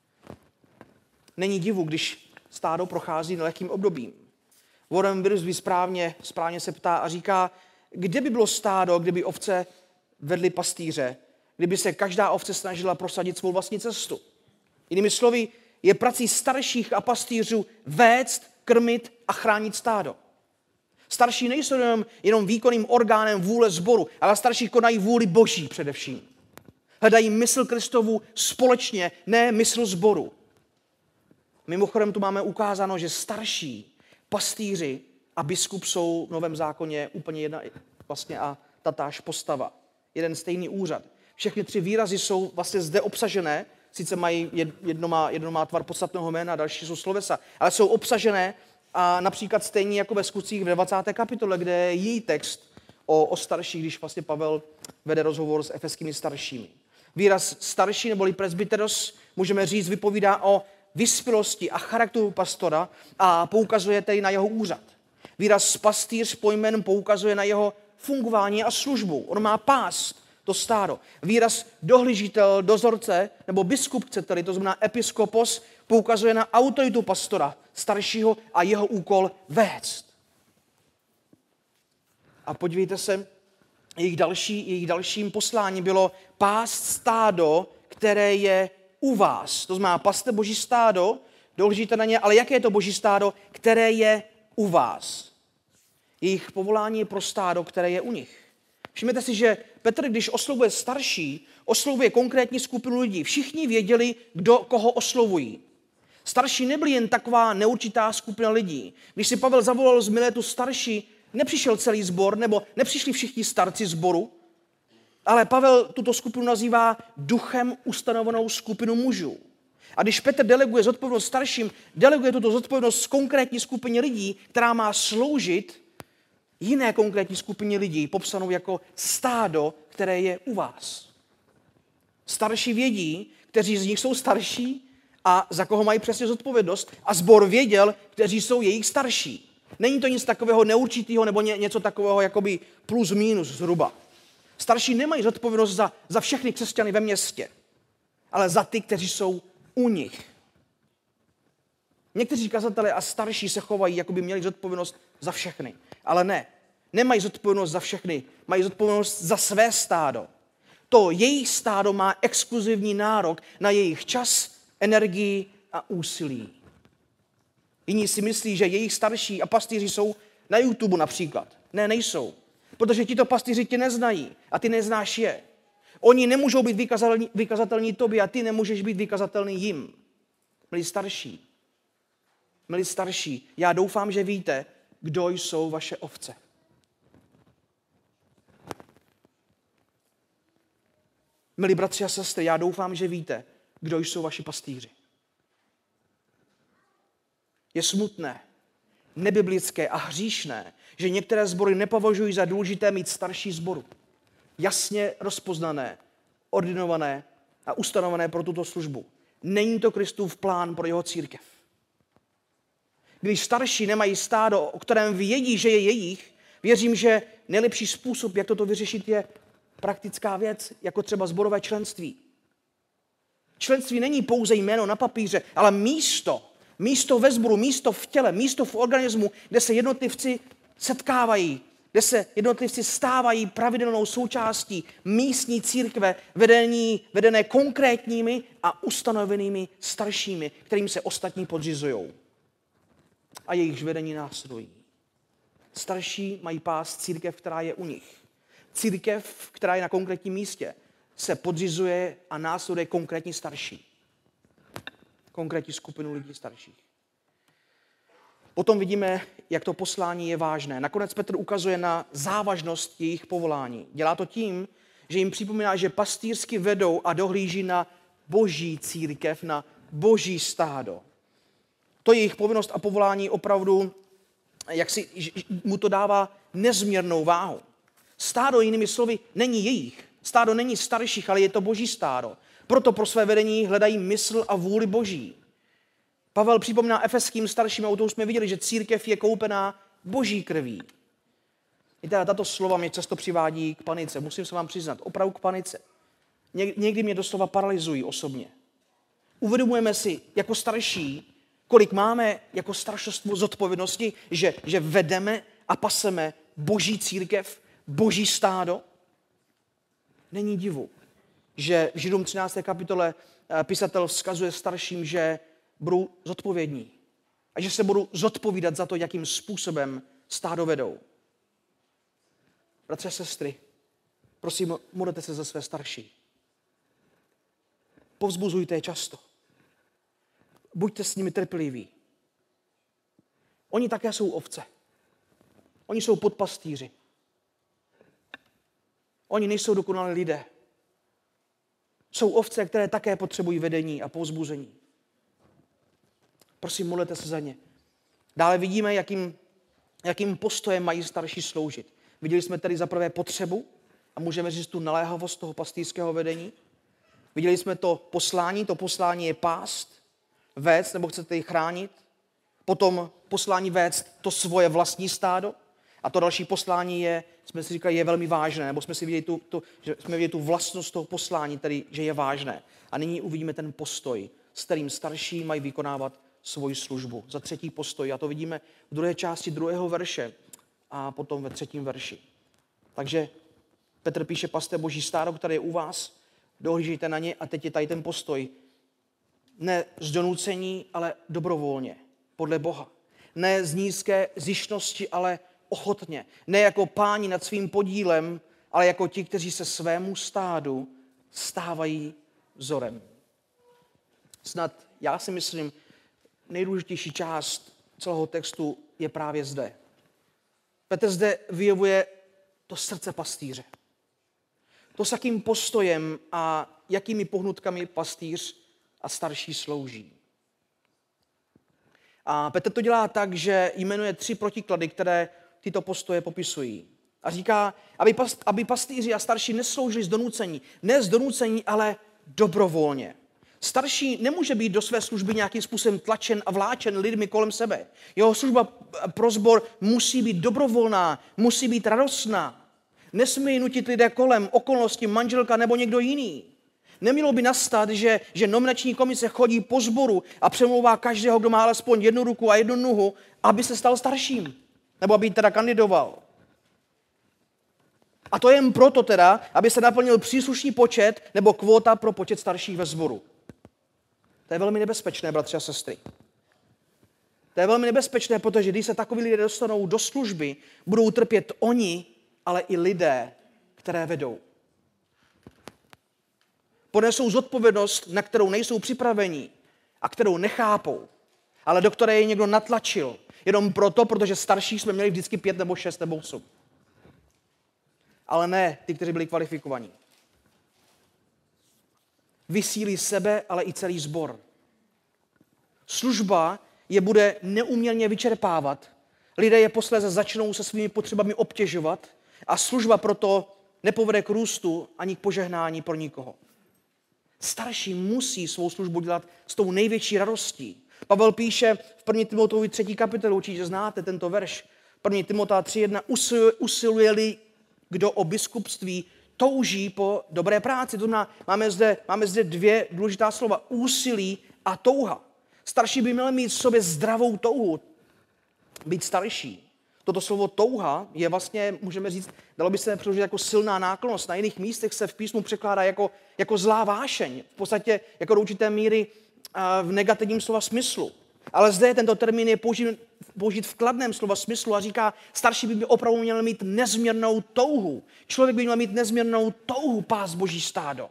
[SPEAKER 1] Není divu, když stádo prochází nelehkým obdobím. Warren Wiersbe správně se ptá a říká, kde by bylo stádo, kdyby ovce vedly pastýře, kdyby se každá ovce snažila prosadit svou vlastní cestu. Jinými slovy, je prací starších a pastýřů vést, krmit a chránit stádo. Starší nejsou jenom výkonným orgánem vůle sboru, ale starší konají vůli Boží především. Hledají mysl Kristovu společně, ne mysl sboru. Mimochodem tu máme ukázáno, že starší pastýři a biskup jsou v Novém zákoně úplně jedna vlastně a tatáž postava. Jeden stejný úřad. Všechny tři výrazy jsou vlastně zde obsažené, sice mají jedno má tvar podstatného jména, další jsou slovesa, ale jsou obsažené a například stejně jako ve Skutcích v 20. kapitole, kde je její text o starších, když vlastně Pavel vede rozhovor s efeskými staršími. Výraz starší neboli presbyteros, můžeme říct, vypovídá o vyspělosti a charakteru pastora a poukazuje tedy na jeho úřad. Výraz pastýř pojmen poukazuje na jeho fungování a službu. On má pást to stádo. Výraz dohlížitel, dozorce nebo biskup, chcete-li, to znamená episkopos, poukazuje na autoritu pastora staršího a jeho úkol vést. A podívejte se, jejich dalším poslání bylo pást stádo, které je u vás. To znamená, paste boží stádo, dohlížíte na ně, ale jaké je to boží stádo, které je u vás? Jejich povolání je pro stádo, které je u nich. Všimněte si, že Petr, když oslovuje starší, oslovuje konkrétní skupinu lidí. Všichni věděli, koho oslovují. Starší nebyli jen taková neurčitá skupina lidí. Když si Pavel zavolal z Milétu starší, nepřišel celý sbor, nebo nepřišli všichni starci sboru, ale Pavel tuto skupinu nazývá duchem ustanovenou skupinu mužů. A když Petr deleguje zodpovědnost starším, deleguje tuto zodpovědnost konkrétní skupině lidí, která má sloužit jiné konkrétní skupině lidí, popsanou jako stádo, které je u vás. Starší vědí, kteří z nich jsou starší a za koho mají přesně zodpovědnost, a sbor věděl, kteří jsou jejich starší. Není to nic takového neurčitého nebo něco takového jakoby plus minus zhruba. Starší nemají zodpovědnost za všechny křesťany ve městě, ale za ty, kteří jsou u nich. Někteří kazatelé a starší se chovají, jako by měli zodpovědnost za všechny. Ale ne, nemají zodpovědnost za všechny, mají zodpovědnost za své stádo. To jejich stádo má exkluzivní nárok na jejich čas, energii a úsilí. Jiní si myslí, že jejich starší a pastýři jsou na YouTube například. Ne, nejsou. Protože tito pastýři tě neznají a ty neznáš je. Oni nemůžou být vykazatelní tobě a ty nemůžeš být vykazatelný jim. Milí starší, já doufám, že víte, kdo jsou vaše ovce. Milí bratři a sestry, já doufám, že víte, kdo jsou vaši pastýři. Je smutné, nebiblické a hříšné, že některé sbory nepovažují za důležité mít starší sboru. Jasně rozpoznané, ordinované a ustanovené pro tuto službu. Není to Kristův plán pro jeho církev. Když starší nemají stádo, o kterém vědí, že je jejich, věřím, že nejlepší způsob, jak toto vyřešit, je praktická věc, jako třeba sborové členství. Členství není pouze jméno na papíře, ale místo. Místo ve sboru, místo v těle, místo v organismu, kde se jednotlivci setkávají, kde se jednotlivci stávají pravidelnou součástí místní církve, vedené konkrétními a ustanovenými staršími, kterým se ostatní podřizují. A jejichž vedení následují. Starší mají pást církev, která je u nich. Církev, která je na konkrétním místě, se podřizuje a následuje konkrétní starší. Konkrétní skupinu lidí starších. Potom vidíme, jak to poslání je vážné. Nakonec Petr ukazuje na závažnost jejich povolání. Dělá to tím, že jim připomíná, že pastýřsky vedou a dohlíží na boží církev, na boží stádo. To je jejich povinnost a povolání opravdu, jak si mu to dává nezměrnou váhu. Stádo, jinými slovy, není jejich. Stádo není starších, ale je to boží stádo. Proto pro své vedení hledají mysl a vůli boží. Pavel připomíná efeským starším, a u toho jsme viděli, že církev je koupená boží krví. I tato slova mě často přivádí k panice. Musím se vám přiznat, opravdu k panice. Někdy mě doslova paralyzují osobně. Uvědomujeme si jako starší, kolik máme jako staršostvo zodpovědnosti, že vedeme a paseme boží církev, boží stádo. Není divu, že v Židům 13. kapitole pisatel vzkazuje starším, že budou zodpovědní a že se budou zodpovídat za to, jakým způsobem stádo vedou. Bratři a sestry, prosím, modlete se za své starší. Povzbuzujte je často. Buďte s nimi trpěliví. Oni také jsou ovce. Oni jsou podpastýři. Oni nejsou dokonalí lidé. Jsou ovce, které také potřebují vedení a povzbuzení. Prosím, modlete se za ně. Dále vidíme, jakým postojem mají starší sloužit. Viděli jsme tady za prvé potřebu a můžeme říct tu naléhavost toho pastýřského vedení. Viděli jsme to poslání je pást, vést, nebo chcete ji chránit. Potom poslání vést to svoje vlastní stádo. A to další poslání je, jsme si říkali, je velmi vážné, nebo jsme si viděli tu vlastnost toho poslání, tedy, že je vážné. A nyní uvidíme ten postoj, s kterým starší mají vykonávat svoji službu. Za třetí postoj, a to vidíme v druhé části 2. verše a potom ve 3. verši. Takže Petr píše, paste boží stádo, které je u vás, dohlížejte na ně a teď je tady ten postoj. Ne z donucení, ale dobrovolně, podle Boha. Ne z nízké zištnosti, ale ochotně. Ne jako páni nad svým podílem, ale jako ti, kteří se svému stádu stávají vzorem. Snad, já si myslím, nejdůležitější část celého textu je právě zde. Petr zde vyjevuje to srdce pastýře. To, s jakým postojem a jakými pohnutkami pastýř a starší slouží. A Petr to dělá tak, že jmenuje 3 protiklady, které tyto postoje popisují. A říká, aby pastýři a starší nesloužili z donucení. Ne z donucení, ale dobrovolně. Starší nemůže být do své služby nějakým způsobem tlačen a vláčen lidmi kolem sebe. Jeho služba pro sbor musí být dobrovolná, musí být radostná. Nesmí nutit lidé kolem, okolnosti, manželka nebo někdo jiný. Nemělo by nastat, že nominační komise chodí po sboru a přemlouvá každého, kdo má alespoň 1 ruku a 1 nohu, aby se stal starším. Nebo aby teda kandidoval. A to jen proto teda, aby se naplnil příslušný počet nebo kvóta pro počet starších ve sboru. To je velmi nebezpečné, bratři a sestry. To je velmi nebezpečné, protože když se takoví lidé dostanou do služby, budou trpět oni, ale i lidé, které vedou. Ponesou zodpovědnost, na kterou nejsou připraveni a kterou nechápou, ale do které je někdo natlačil. Jenom proto, protože starší jsme měli vždycky 5 nebo 6 nebo 8. Ale ne ty, kteří byli kvalifikovaní. Vysílí sebe, ale i celý sbor. Služba je bude neuměrně vyčerpávat. Lidé je posléze začnou se svými potřebami obtěžovat a služba proto nepovede k růstu ani k požehnání pro nikoho. Starší musí svou službu dělat s tou největší radostí. Pavel píše v 1. Timoteovi 3. kapitolu, určitě znáte tento verš, 1. Timotej 3.1, usiluje-li kdo o biskupství, touží po dobré práci. To znamená, máme zde 2 důležitá slova, úsilí a touha. Starší by měl mít v sobě zdravou touhu, být starší. Toto slovo touha je vlastně, můžeme říct, dalo by se přeložit jako silná náklonnost. Na jiných místech se v písmu překládá jako zlá vášeň, v podstatě jako do určité míry v negativním slova smyslu. Ale zde tento termín je použit v kladném slova smyslu a říká, starší by opravdu měl mít nezměrnou touhu. Člověk by měl mít nezměrnou touhu pást Boží stádo.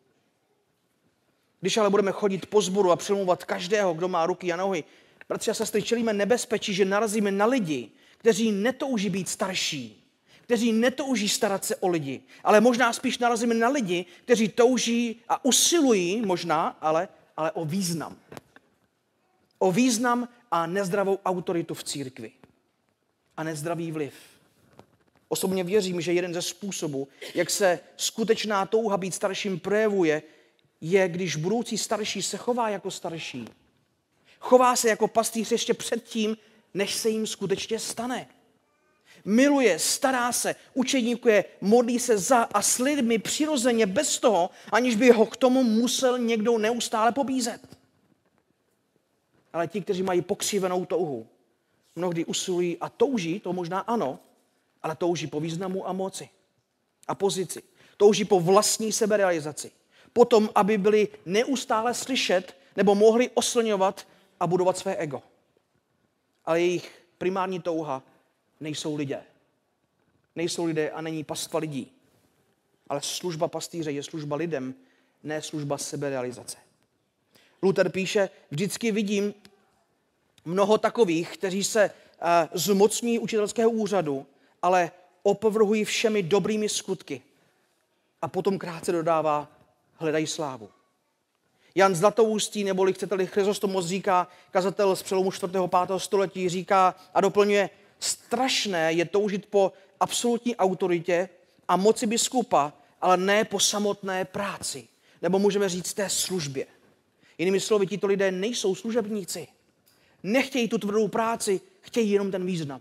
[SPEAKER 1] Když ale budeme chodit po sboru a přemlouvat každého, kdo má ruky a nohy, bratři a sestry, čelíme nebezpečí, že narazíme na lidi, kteří netouží být starší, kteří netouží starat se o lidi, ale možná spíš narazíme na lidi, kteří touží a usilují možná, ale o význam. O význam a nezdravou autoritu v církvi. A nezdravý vliv. Osobně věřím, že jeden ze způsobů, jak se skutečná touha být starším projevuje, je, když budoucí starší se chová jako starší. Chová se jako pastýř ještě předtím, než se jim skutečně stane. Miluje, stará se, učeníkuje, modlí se za a s lidmi přirozeně bez toho, aniž by ho k tomu musel někdo neustále pobízet. Ale ti, kteří mají pokřivenou touhu, mnohdy usilují a touží, to možná ano, ale touží po významu a moci a pozici. Touží po vlastní seberealizaci. Potom, aby byli neustále slyšet nebo mohli oslňovat a budovat své ego. Ale jejich primární touha nejsou lidé. Nejsou lidé a není pastva lidí. Ale služba pastýře je služba lidem, ne služba seberealizace. Luther píše, vždycky vidím mnoho takových, kteří se zmocní učitelského úřadu, ale opovrhují všemi dobrými skutky. A potom krátce dodává, hledají slávu. Jan Zlatoustý, neboli chcete-li Chryzostomos, říká, kazatel z přelomu 4. 5. století, říká a doplňuje, strašné je toužit po absolutní autoritě a moci biskupa, ale ne po samotné práci. Nebo můžeme říct té službě. Jinými slovy, tito lidé nejsou služebníci. Nechtějí tu tvrdou práci, chtějí jenom ten význam.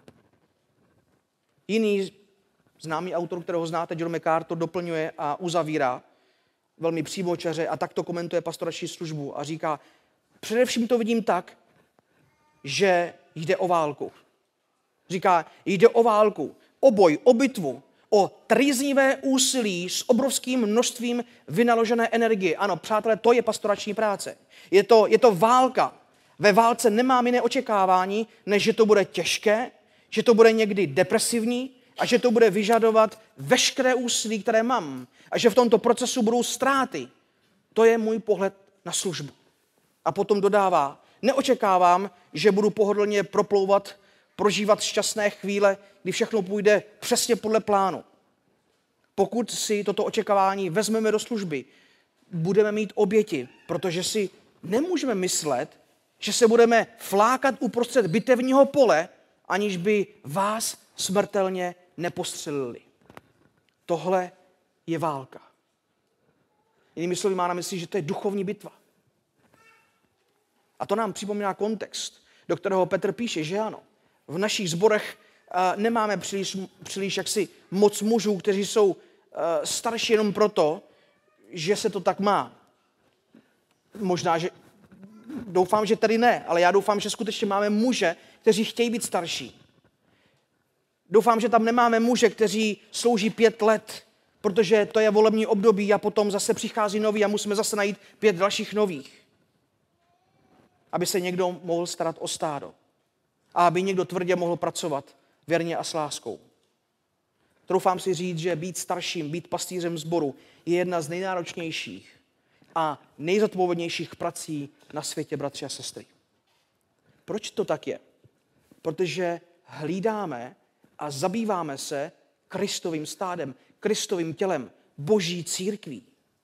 [SPEAKER 1] Jiný známý autor, kterého znáte, John MacArthur, doplňuje a uzavírá velmi přímočaře a takto komentuje pastorační službu a říká, především to vidím tak, že jde o válku. Říká, jde o válku, o boj, o bitvu, o trýznivé úsilí s obrovským množstvím vynaložené energie. Ano, přátelé, to je pastorační práce. Je to válka. Ve válce nemám jiné očekávání, než že to bude těžké, že to bude někdy depresivní a že to bude vyžadovat veškeré úsilí, které mám. A že v tomto procesu budou ztráty. To je můj pohled na službu. A potom dodává, neočekávám, že budu pohodlně proplouvat, prožívat šťastné chvíle, kdy všechno půjde přesně podle plánu. Pokud si toto očekávání vezmeme do služby, budeme mít oběti, protože si nemůžeme myslet, že se budeme flákat uprostřed bitevního pole, aniž by vás smrtelně nepostřelili. Tohle je válka. Jinými slovy má na mysli, že to je duchovní bitva. A to nám připomíná kontext, do kterého Petr píše, že ano, v našich sborech nemáme příliš jaksi moc mužů, kteří jsou starší jenom proto, že se to tak má. Možná, že doufám, že tady ne, ale já doufám, že skutečně máme muže, kteří chtějí být starší. Doufám, že tam nemáme muže, kteří slouží 5 let, protože to je volební období a potom zase přichází nový a musíme zase najít 5 dalších nových. aby se někdo mohl starat o stádo a aby někdo tvrdě mohl pracovat věrně a s láskou. Troufám si říct, že být starším, být pastýřem sboru je jedna z nejnáročnějších a nejzodpovědnějších prací na světě, bratři a sestry. Proč to tak je? Protože hlídáme a zabýváme se Kristovým stádem, Kristovým tělem, Boží církví.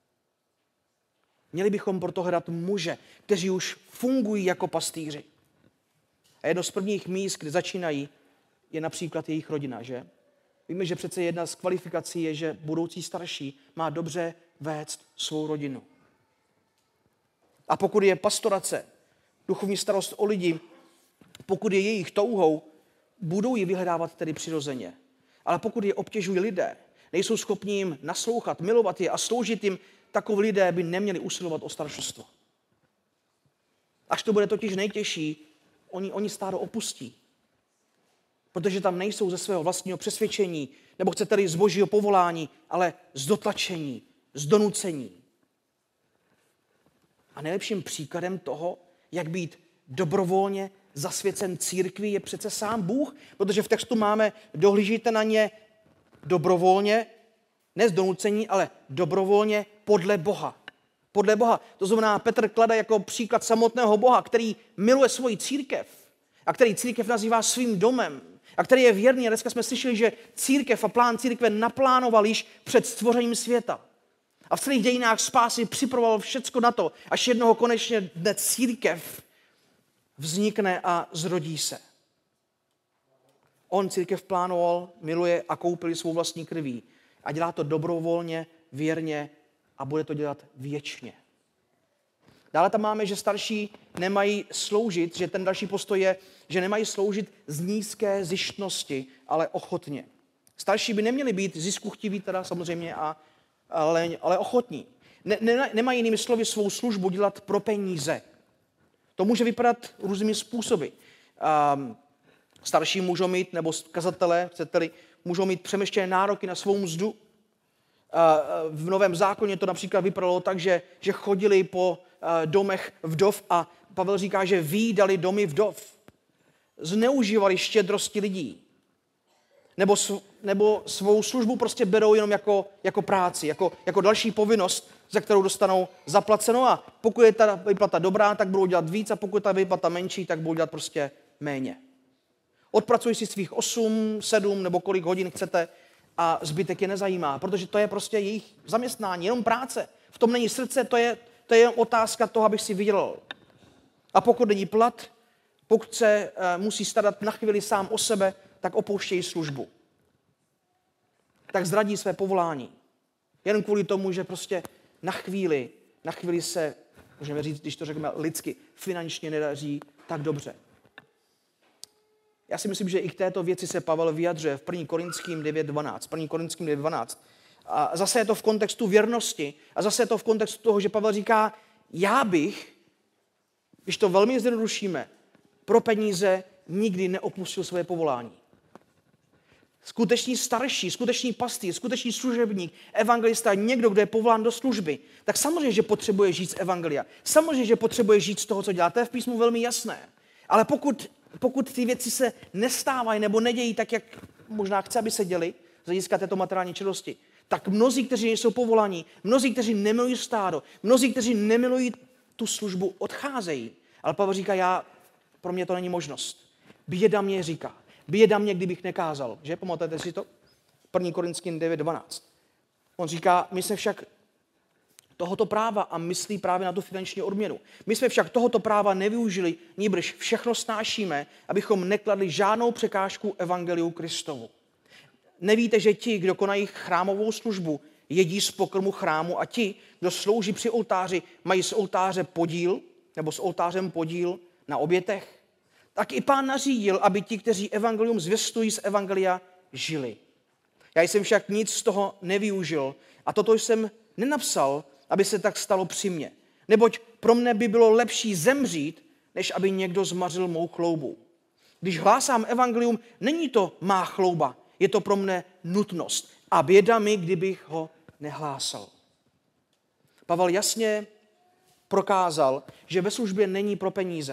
[SPEAKER 1] Měli bychom proto hledat muže, kteří už fungují jako pastýři. A jedno z prvních míst, kde začínají, je například jejich rodina, že? Víme, že přece jedna z kvalifikací je, že budoucí starší má dobře vést svou rodinu. A pokud je pastorace, duchovní starost o lidi, pokud je jejich touhou, budou ji vyhledávat tedy přirozeně. Ale pokud je obtěžují lidé, nejsou schopni jim naslouchat, milovat je a sloužit jim, takoví lidé by neměli usilovat o staršostvo. Až to bude totiž nejtěžší, oni stádo opustí. Protože tam nejsou ze svého vlastního přesvědčení, nebo chcete-li z Božího povolání, ale z dotlačení, z donucení. A nejlepším příkladem toho, jak být dobrovolně zasvěcen církvi, je přece sám Bůh, protože v textu máme dohlížíte na ně dobrovolně, ne z donucení, ale dobrovolně podle Boha. Podle Boha. To znamená, Petr klade jako příklad samotného Boha, který miluje svoji církev a který církev nazývá svým domem a který je věrný. A dneska jsme slyšeli, že církev a plán církve naplánoval již před stvořením světa. A v celých dějinách spásy připravoval všecko na to, až jednoho konečně dne církev vznikne a zrodí se. On církev plánoval, miluje a koupil svou vlastní krví. A dělá to dobrovolně, věrně a bude to dělat věčně. Dále tam máme, že starší nemají sloužit, že ten další postoj je, že nemají sloužit z nízké zištnosti, ale ochotně. Starší by neměli být ziskuchtiví teda samozřejmě, ale ochotní. Nemají jinými slovy svou službu dělat pro peníze. To může vypadat různými způsoby. Starší můžou mít, nebo kazatelé, chcete-li, můžou mít přemýšlené nároky na svou mzdu. V Novém zákoně to například vypadalo tak, že chodili po domech vdov a Pavel říká, že výdali domy vdov. Zneužívali štědrosti lidí. Nebo svou službu prostě berou jenom jako práci, jako další povinnost, za kterou dostanou zaplaceno a pokud je ta výplata dobrá, tak budou dělat víc a pokud je ta výplata menší, tak budou dělat prostě méně. Odpracují si svých 8, 7 nebo kolik hodin chcete a zbytek je nezajímá, protože to je prostě jejich zaměstnání, jenom práce. V tom není srdce, to je jen otázka toho, abych si vydělal. A pokud není plat, pokud se musí starat na chvíli sám o sebe, tak opouštějí službu. Tak zradí své povolání. Jen kvůli tomu, že prostě na chvíli se, můžeme říct, když to řekneme lidsky, finančně nedaří tak dobře. Já si myslím, že i k této věci se Pavel vyjadřuje v 1. Korinským 9.12. A zase je to v kontextu věrnosti a zase je to v kontextu toho, že Pavel říká, já bych, když to velmi zjednodušíme, pro peníze nikdy neopustil své povolání. Skutečný starší, skutečný pastýř, skutečný služebník, evangelista, někdo, kdo je povolán do služby, tak samozřejmě, že potřebuje žít z evangelia. Samozřejmě, že potřebuje žít z toho, co dělá. To je v písmu velmi jasné. Ale pokud ty věci se nestávají nebo nedějí tak, jak možná chce, aby se děly, z hlediska této materiální činnosti, tak mnozí, kteří nejsou povolaní, mnozí, kteří nemilují stádo, mnozí, kteří nemilují tu službu, odcházejí. Ale Pavel říká, pro mě to není možnost. Běda mě říká. Běda mě, kdybych nekázal. Že? Pamatujete si to? 1. Korinským 9.12. On říká, my jsme však tohoto práva a myslí právě na tu finanční odměnu. My jsme však tohoto práva nevyužili, nýbrž všechno snášíme, abychom nekladli žádnou překážku evangeliu Kristovu. Nevíte, že ti, kdo konají chrámovou službu, jedí z pokrmu chrámu a ti, kdo slouží při oltáři, mají z oltáře podíl, nebo s oltářem podíl na obětech? Tak i Pán nařídil, aby ti, kteří evangelium zvěstují z evangelia, žili. Já jsem však nic z toho nevyužil a toto jsem nenapsal, aby se tak stalo při mně. Neboť pro mne by bylo lepší zemřít, než aby někdo zmařil mou chloubu. Když hlásám evangelium, není to má chlouba, je to pro mne nutnost. A běda mi, kdybych ho nehlásal. Pavel jasně prokázal, že ve službě není pro peníze.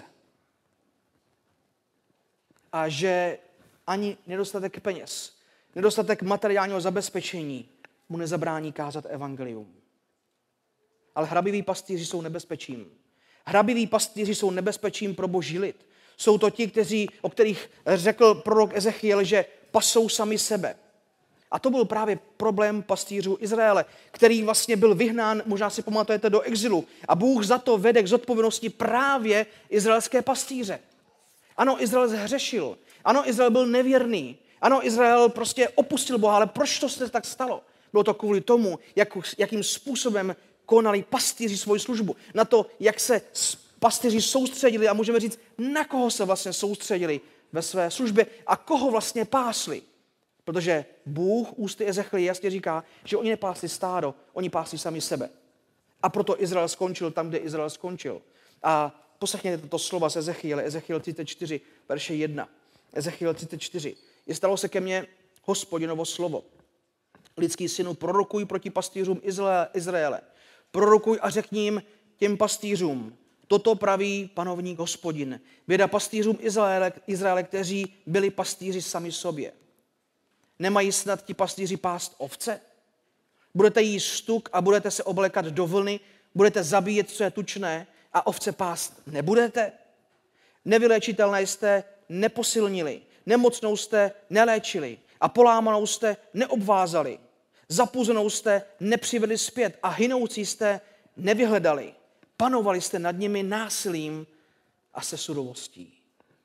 [SPEAKER 1] A že ani nedostatek peněz, nedostatek materiálního zabezpečení mu nezabrání kázat evangelium. Ale hrabiví pastýři jsou nebezpečím. Hrabiví pastýři jsou nebezpečím pro boží lid. Jsou to ti, o kterých řekl prorok Ezechiel, že pasou sami sebe. A to byl právě problém pastýřů Izraele, který vlastně byl vyhnán, možná si pamatujete, do exilu. A Bůh za to vede k zodpovědnosti právě izraelské pastýře. Ano, Izrael zhřešil. Ano, Izrael byl nevěrný. Ano, Izrael prostě opustil Boha, ale proč to se tak stalo? Bylo to kvůli tomu, jakým způsobem konali pastýři svoji službu. Na to, jak se pastýři soustředili a můžeme říct, na koho se vlastně soustředili ve své službě a koho vlastně pásli. Protože Bůh ústy Ezechiele jasně říká, že oni nepásli stádo, oni pásli sami sebe. A proto Izrael skončil tam, kde Izrael skončil. A poslechněte toto slova z Ezechiele, Ezechiel 34, verše 1. Ezechiel 34. Je stalo se ke mně Hospodinovo slovo. Lidský synu, prorokuj proti pastýřům Izraele. Prorokuj a řekni jim těm pastýřům. Toto praví panovník Hospodin. Běda pastýřům Izraele, kteří byli pastýři sami sobě. Nemají snad ti pastýři pást ovce? Budete jíst stuk a budete se oblékat do vlny, budete zabíjet, co je tučné, a ovce pást nebudete? Nevyléčitelné jste neposilnili, nemocnou jste neléčili a polámanou jste neobvázali. Zapuzenou jste nepřivedli zpět a hynoucí jste nevyhledali. Panovali jste nad nimi násilím a se sudovostí.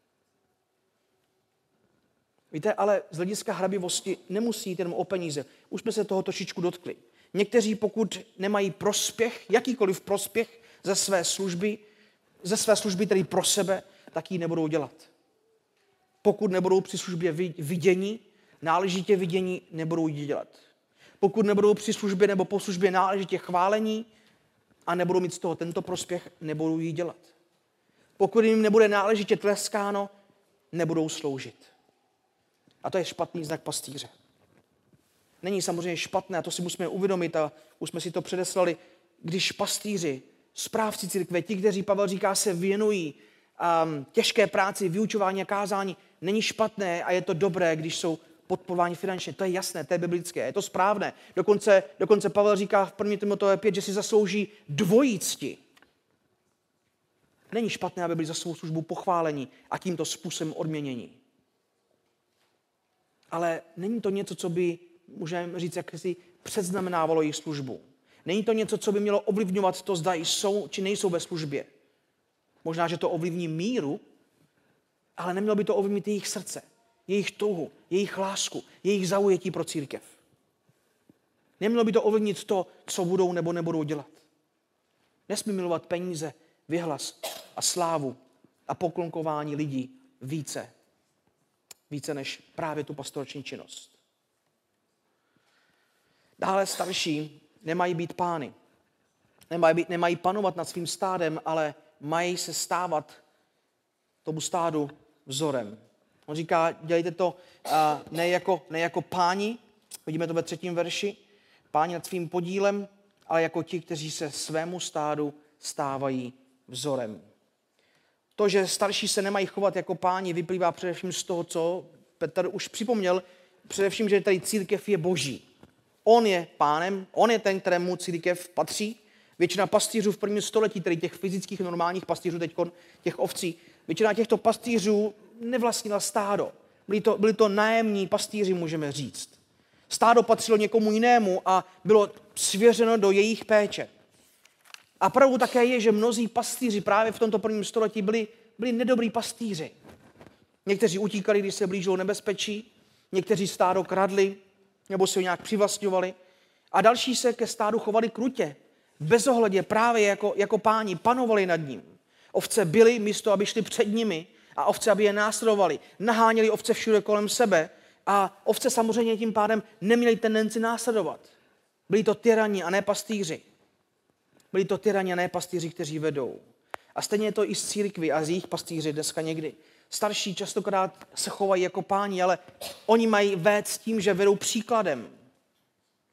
[SPEAKER 1] Víte, ale z hlediska hrabivosti nemusí jít jenom o peníze. Už jsme se toho trošičku dotkli. Někteří, pokud nemají prospěch, jakýkoliv prospěch ze své služby, tedy pro sebe, tak ji nebudou dělat. Pokud nebudou při službě viděni, náležitě vidění, nebudou ji dělat. Pokud nebudou při službě nebo po službě náležitě chválení a nebudou mít z toho tento prospěch, nebudou ji dělat. Pokud jim nebude náležitě tleskáno, nebudou sloužit. A to je špatný znak pastýře. Není samozřejmě špatné, a to si musíme uvědomit, a už jsme si to předeslali, když pastýři, správci církve, ti, kteří Pavel říká, se věnují těžké práci, vyučování a kázání, není špatné a je to dobré, když jsou podporováni finančně. To je jasné, to je biblické, je to správné. Dokonce Pavel říká v 1. Timoteovi 5, že si zaslouží dvojí cti. Není špatné, aby byli za svou službu pochválení a tímto způsobem odměnění. Ale není to něco, co by, můžeme říct, jak si předznamenávalo jejich službu. Není to něco, co by mělo ovlivňovat to, zda jsou či nejsou ve službě. Možná, že to ovlivní míru, ale nemělo by to ovlivnit jejich srdce, jejich touhu, jejich lásku, jejich zaujetí pro církev. Nemělo by to ovlivnit to, co budou nebo nebudou dělat. Nesmí milovat peníze, vyhlas a slávu a poklonkování lidí více než právě tu pastorační činnost. Dále starší nemají být pány. Nemají panovat nad svým stádem, ale mají se stávat tomu stádu vzorem. On říká, dělejte to ne jako páni, vidíme to ve 3. verši, páni nad svým podílem, ale jako ti, kteří se svému stádu stávají vzorem. To, že starší se nemají chovat jako páni, vyplývá především z toho, co Petr už připomněl, především, že tady církev je boží. On je pánem, on je ten, kterému církev patří. Většina pastýřů v 1. století, tedy těch fyzických normálních pastýřů, těch ovcí, většina těchto pastýřů nevlastnila stádo. Byli to nájemní pastýři, můžeme říct. Stádo patřilo někomu jinému a bylo svěřeno do jejich péče. A pravdou také je, že mnozí pastýři právě v tomto 1. století byli nedobrý pastýři. Někteří utíkali, když se blížilo nebezpečí, někteří stádo kradli nebo si ho nějak přivlastňovali a další se ke stádu chovali krutě, bezohledně právě jako páni, panovali nad ním. Ovce byly místo, aby šli před nimi a ovce, aby je následovali. Naháněli ovce všude kolem sebe a ovce samozřejmě tím pádem neměli tendenci následovat. Byli to tyrani a ne pastýři. Byli to tyrani a ne pastýři, kteří vedou. A stejně je to i z církví a z jejich pastýři dneska někdy. Starší častokrát se chovají jako páni, ale oni mají vést tím, že vedou příkladem.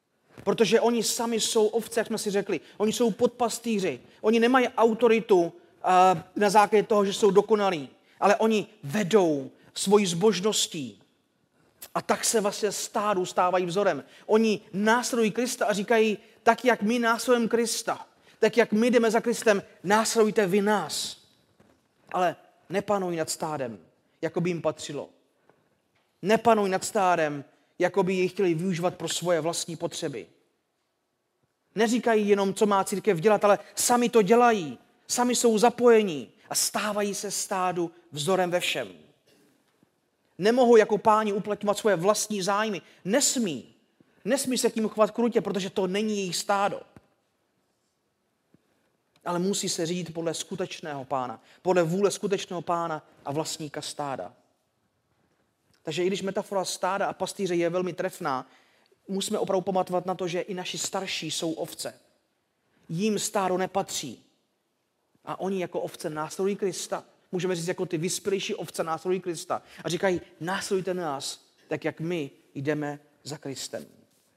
[SPEAKER 1] Protože oni sami jsou ovce, jak jsme si řekli. Oni jsou podpastýři. Oni nemají autoritu na základě toho, že jsou dokonalí. Ale oni vedou svojí zbožností. A tak se vlastně stádu stávají vzorem. Oni následují Krista a říkají, tak jak my následujeme Krista, tak jak my jdeme za Kristem, následujte vy nás. Ale nepanuj nad stádem, jako by jim patřilo. Nepanuj nad stádem, jako by ji chtěli využívat pro svoje vlastní potřeby. Neříkají jenom, co má církev dělat, ale sami to dělají. Sami jsou zapojení a stávají se stádu vzorem ve všem. Nemohou jako páni uplatňovat svoje vlastní zájmy. Nesmí. Nesmí se k ním chovat krutě, protože to není jejich stádo. Ale musí se řídit podle skutečného pána. Podle vůle skutečného pána a vlastníka stáda. Takže i když metafora stáda a pastýře je velmi trefná, musíme opravdu pamatovat na to, že i naši starší jsou ovce. Jím stádo nepatří. A oni jako ovce následují Krista. Můžeme říct, jako ty vyspělejší ovce následují Krista. A říkají, následujte nás, tak jak my jdeme za Kristem.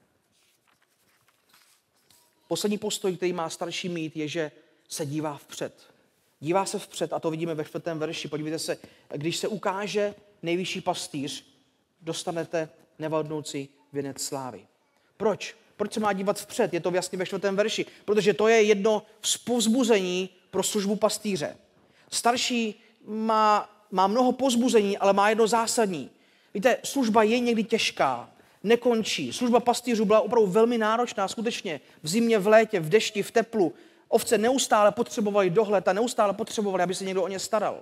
[SPEAKER 1] Poslední postoj, který má starší mít, je, že se dívá vpřed. Dívá se vpřed a to vidíme ve 4. verši. Podívejte se, když se ukáže nejvyšší pastýř, dostanete nevadnoucí věnec slávy. Proč? Proč se má dívat vpřed? Je to jasně ve 4. verši. Protože to je jedno z povzbuzení pro službu pastýře. Starší má mnoho povzbuzení, ale má jedno zásadní. Víte, služba je někdy těžká, nekončí. Služba pastýřů byla opravdu velmi náročná, skutečně. V zimě, v létě, v dešti, v teplu. Ovce neustále potřebovaly dohled a neustále potřebovali, aby se někdo o ně staral.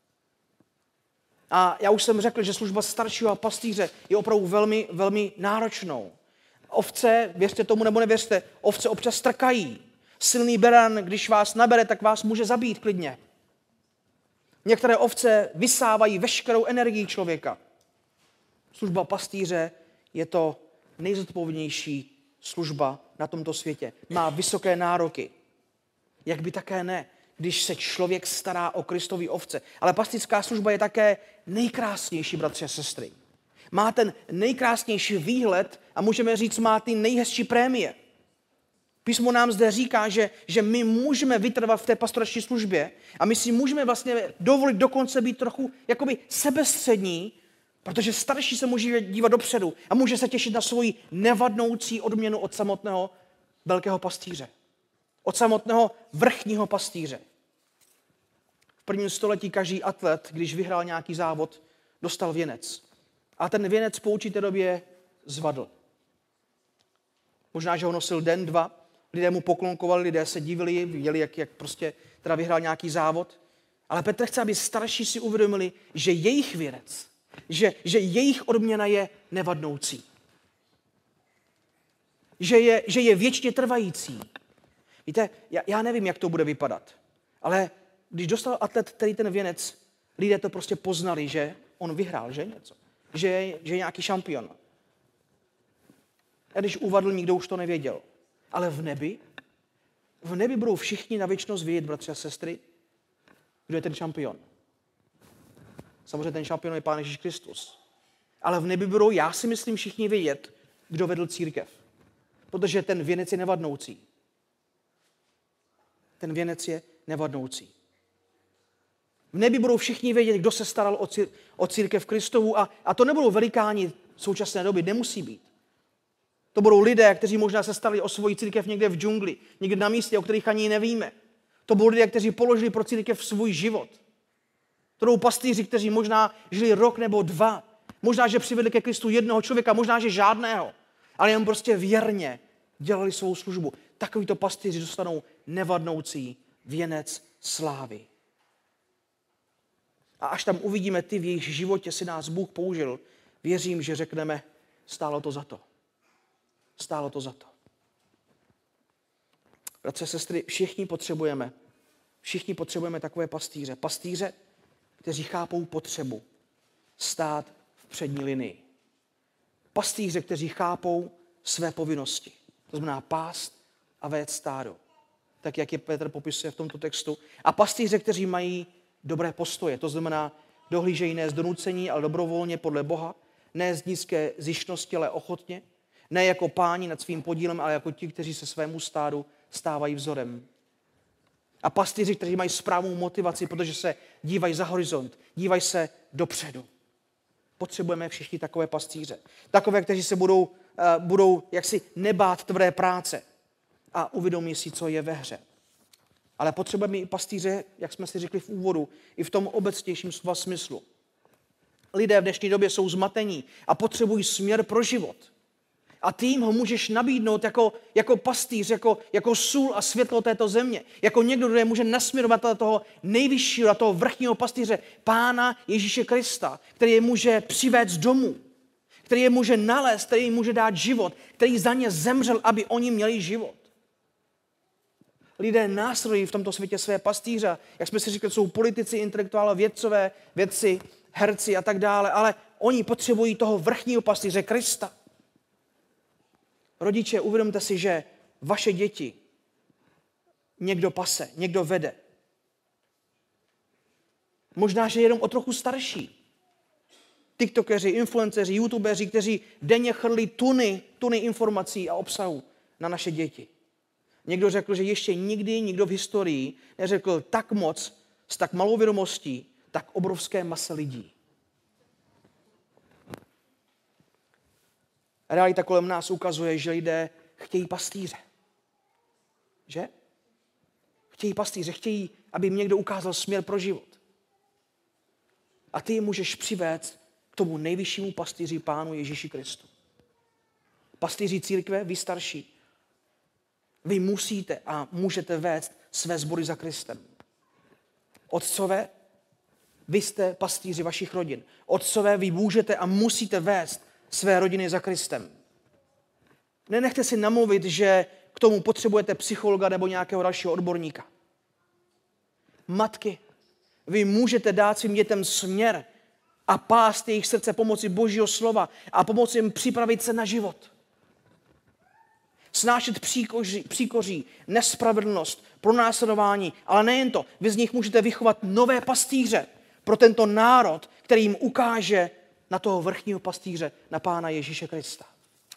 [SPEAKER 1] A já už jsem řekl, že služba staršího a pastýře je opravdu velmi, velmi náročnou. Ovce, věřte tomu nebo nevěřte, ovce občas strkají. Silný beran, když vás nabere, tak vás může zabít klidně. Některé ovce vysávají veškerou energii člověka. Služba pastýře je to nejzodpovědnější služba na tomto světě. Má vysoké nároky. Jak by také ne, když se člověk stará o Kristovy ovce. Ale pastýřská služba je také nejkrásnější, bratři a sestry. Má ten nejkrásnější výhled a můžeme říct, má ty nejhezčí prémie. Písmo nám zde říká, že my můžeme vytrvat v té pastorační službě a my si můžeme vlastně dovolit dokonce být trochu jakoby sebestřední, protože starší se může dívat dopředu a může se těšit na svoji nevadnoucí odměnu od samotného velkého pastýře. Od samotného vrchního pastýře. V 1. století každý atlet, když vyhrál nějaký závod, dostal věnec. A ten věnec po určité době zvadl. Možná, že ho nosil den, dva, lidé mu poklonkovali, lidé se divili, viděli, jak prostě teda vyhrál nějaký závod. Ale Petr chce, aby starší si uvědomili, že jejich věnec, že jejich odměna je nevadnoucí. Že je věčně trvající. Víte, já nevím, jak to bude vypadat, ale když dostal atlet který ten věnec, lidé to prostě poznali, že on vyhrál, že něco. Že je nějaký šampion. A když uvadl, nikdo už to nevěděl. Ale v nebi budou všichni na věčnost vědět, bratři a sestry, kdo je ten šampion. Samozřejmě ten šampion je Pán Ježíš Kristus. Ale v nebi budou, já si myslím, všichni vědět, kdo vedl církev. Protože ten věnec je nevadnoucí. Ten věnec je nevadnoucí. V nebi budou všichni vědět, kdo se staral o církev Kristovu a to nebudou velikáni současné doby, nemusí být. To budou lidé, kteří možná se starali o svoji církev někde v džungli, někde na místě, o kterých ani nevíme. To budou lidé, kteří položili pro církev svůj život. To budou pastýři, kteří možná žili rok nebo dva. Možná, že přivedli ke Kristu jednoho člověka, možná, že žádného. Ale jen prostě věrně dělali svou službu. Takovýto pastýři dostanou nevadnoucí věnec slávy. A až tam uvidíme ty, v jejich životě si nás Bůh použil, věřím, že řekneme, stálo to za to. Stálo to za to. Bratře a sestry, všichni potřebujeme takové pastýře. Pastýře, kteří chápou potřebu stát v přední linii. Pastýře, kteří chápou své povinnosti. To znamená pást a vést stádo. Tak, jak je Petr popisuje v tomto textu. A pastýře, kteří mají dobré postoje. To znamená, dohlížejí ne z donucení, ale dobrovolně podle Boha. Ne z nízké zištnosti, ale ochotně. Ne jako páni nad svým podílem, ale jako ti, kteří se svému stádu stávají vzorem. A pastýři, kteří mají správnou motivaci, protože se dívají za horizont, dívají se dopředu. Potřebujeme všichni takové pastýře. Takové, kteří se budou jaksi nebát tvrdé práce a uvědomí si, co je ve hře. Ale potřebujeme i pastýře, jak jsme si řekli v úvodu, i v tom obecnějším slova smyslu. Lidé v dnešní době jsou zmatení a potřebují směr pro život. A ty jim ho můžeš nabídnout jako pastýř, jako sůl a světlo této země. Jako někdo, kdo je může nasměrovat do toho nejvyššího, do toho vrchního pastýře, Pána Ježíše Krista, který je může přivést domů, který je může nalézt, který jim může dát život, který za ně zemřel, aby oni měli život. Lidé následují v tomto světě své pastýře. Jak jsme si říkali, jsou politici, intelektuálové, vědcové, vědci, herci a tak dále, ale oni potřebují toho vrchního pastýře Krista. Rodiče, uvědomte si, že vaše děti někdo pase, někdo vede. Možná, že jenom o trochu starší. TikTokeři, influenceři, youtubeři, kteří denně chrlí tuny informací a obsahu na naše děti. Někdo řekl, že ještě nikdy nikdo v historii neřekl tak moc, s tak malou vědomostí, tak obrovské mase lidí. Realita kolem nás ukazuje, že lidé chtějí pastýře. Že? Chtějí pastýře, chtějí, aby jim někdo ukázal směr pro život. A ty jim můžeš přivést k tomu nejvyššímu pastýři Pánu Ježíši Kristu. Pastýři církve, vy starší, vy musíte a můžete vést své sbory za Kristem. Otcové, vy jste pastýři vašich rodin. Otcové, vy můžete a musíte vést své rodiny za Kristem. Nenechte si namluvit, že k tomu potřebujete psychologa nebo nějakého dalšího odborníka. Matky, vy můžete dát svým dětem směr a pást jejich srdce pomocí Božího slova a pomoci jim připravit se na život. Snášet příkoří, nespravedlnost, pronásledování, ale nejen to, vy z nich můžete vychovat nové pastýře pro tento národ, který jim ukáže na toho vrchního pastýře, na Pána Ježíše Krista.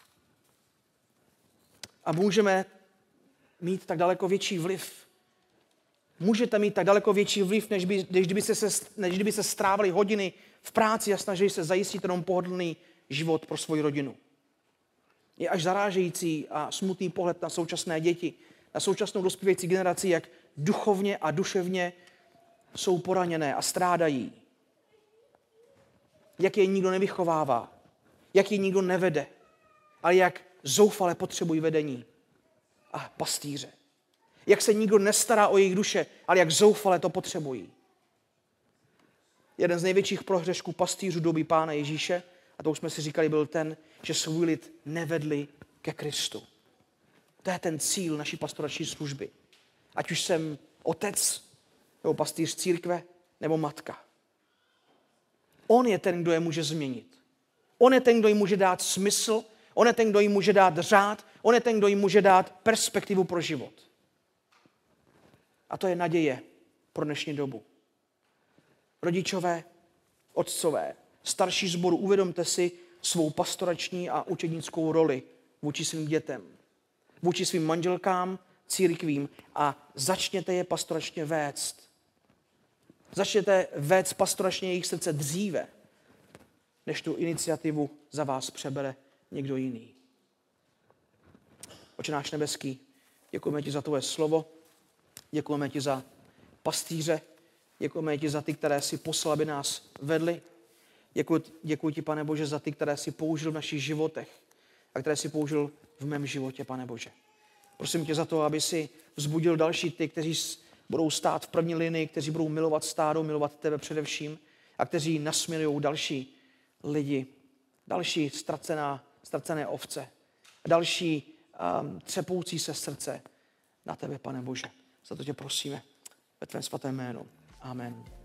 [SPEAKER 1] A můžeme mít tak daleko větší vliv. Můžete mít tak daleko větší vliv, než kdyby se strávili hodiny v práci a snažili se zajistit jenom pohodlný život pro svoji rodinu. Je až zarážející a smutný pohled na současné děti, na současnou dospívající generaci, jak duchovně a duševně jsou poraněné a strádají. Jak je nikdo nevychovává, jak je nikdo nevede, ale jak zoufale potřebují vedení a pastýře. Jak se nikdo nestará o jejich duše, ale jak zoufale to potřebují. Jeden z největších prohřešků pastýřů doby Pána Ježíše, a to už jsme si říkali, byl ten, že svůj lid nevedli ke Kristu. To je ten cíl naší pastorační služby. Ať už jsem otec, nebo pastýř církve, nebo matka. On je ten, kdo je může změnit. On je ten, kdo jim může dát smysl, on je ten, kdo jim může dát řád, on je ten, kdo jim může dát perspektivu pro život. A to je naděje pro dnešní dobu. Rodičové, otcové, starší sboru, uvědomte si svou pastorační a učednickou roli vůči svým dětem, vůči svým manželkám, církvím a začněte je pastoračně vést. Začněte vést pastoračně jejich srdce dříve, než tu iniciativu za vás přebere někdo jiný. Otče náš nebeský, děkujeme ti za tvoje slovo, děkujeme ti za pastýře, děkujeme ti za ty, které jsi poslal, aby nás vedli. Děkuji ti, Pane Bože, za ty, které jsi použil v našich životech a které jsi použil v mém životě, Pane Bože. Prosím tě za to, aby si vzbudil další ty, kteří budou stát v první linii, kteří budou milovat stádo, milovat tebe především a kteří nasměrují další lidi, další ztracené ovce, další třepoucí se srdce na tebe, Pane Bože. Za to tě prosíme ve tvém svatém jménu. Amen.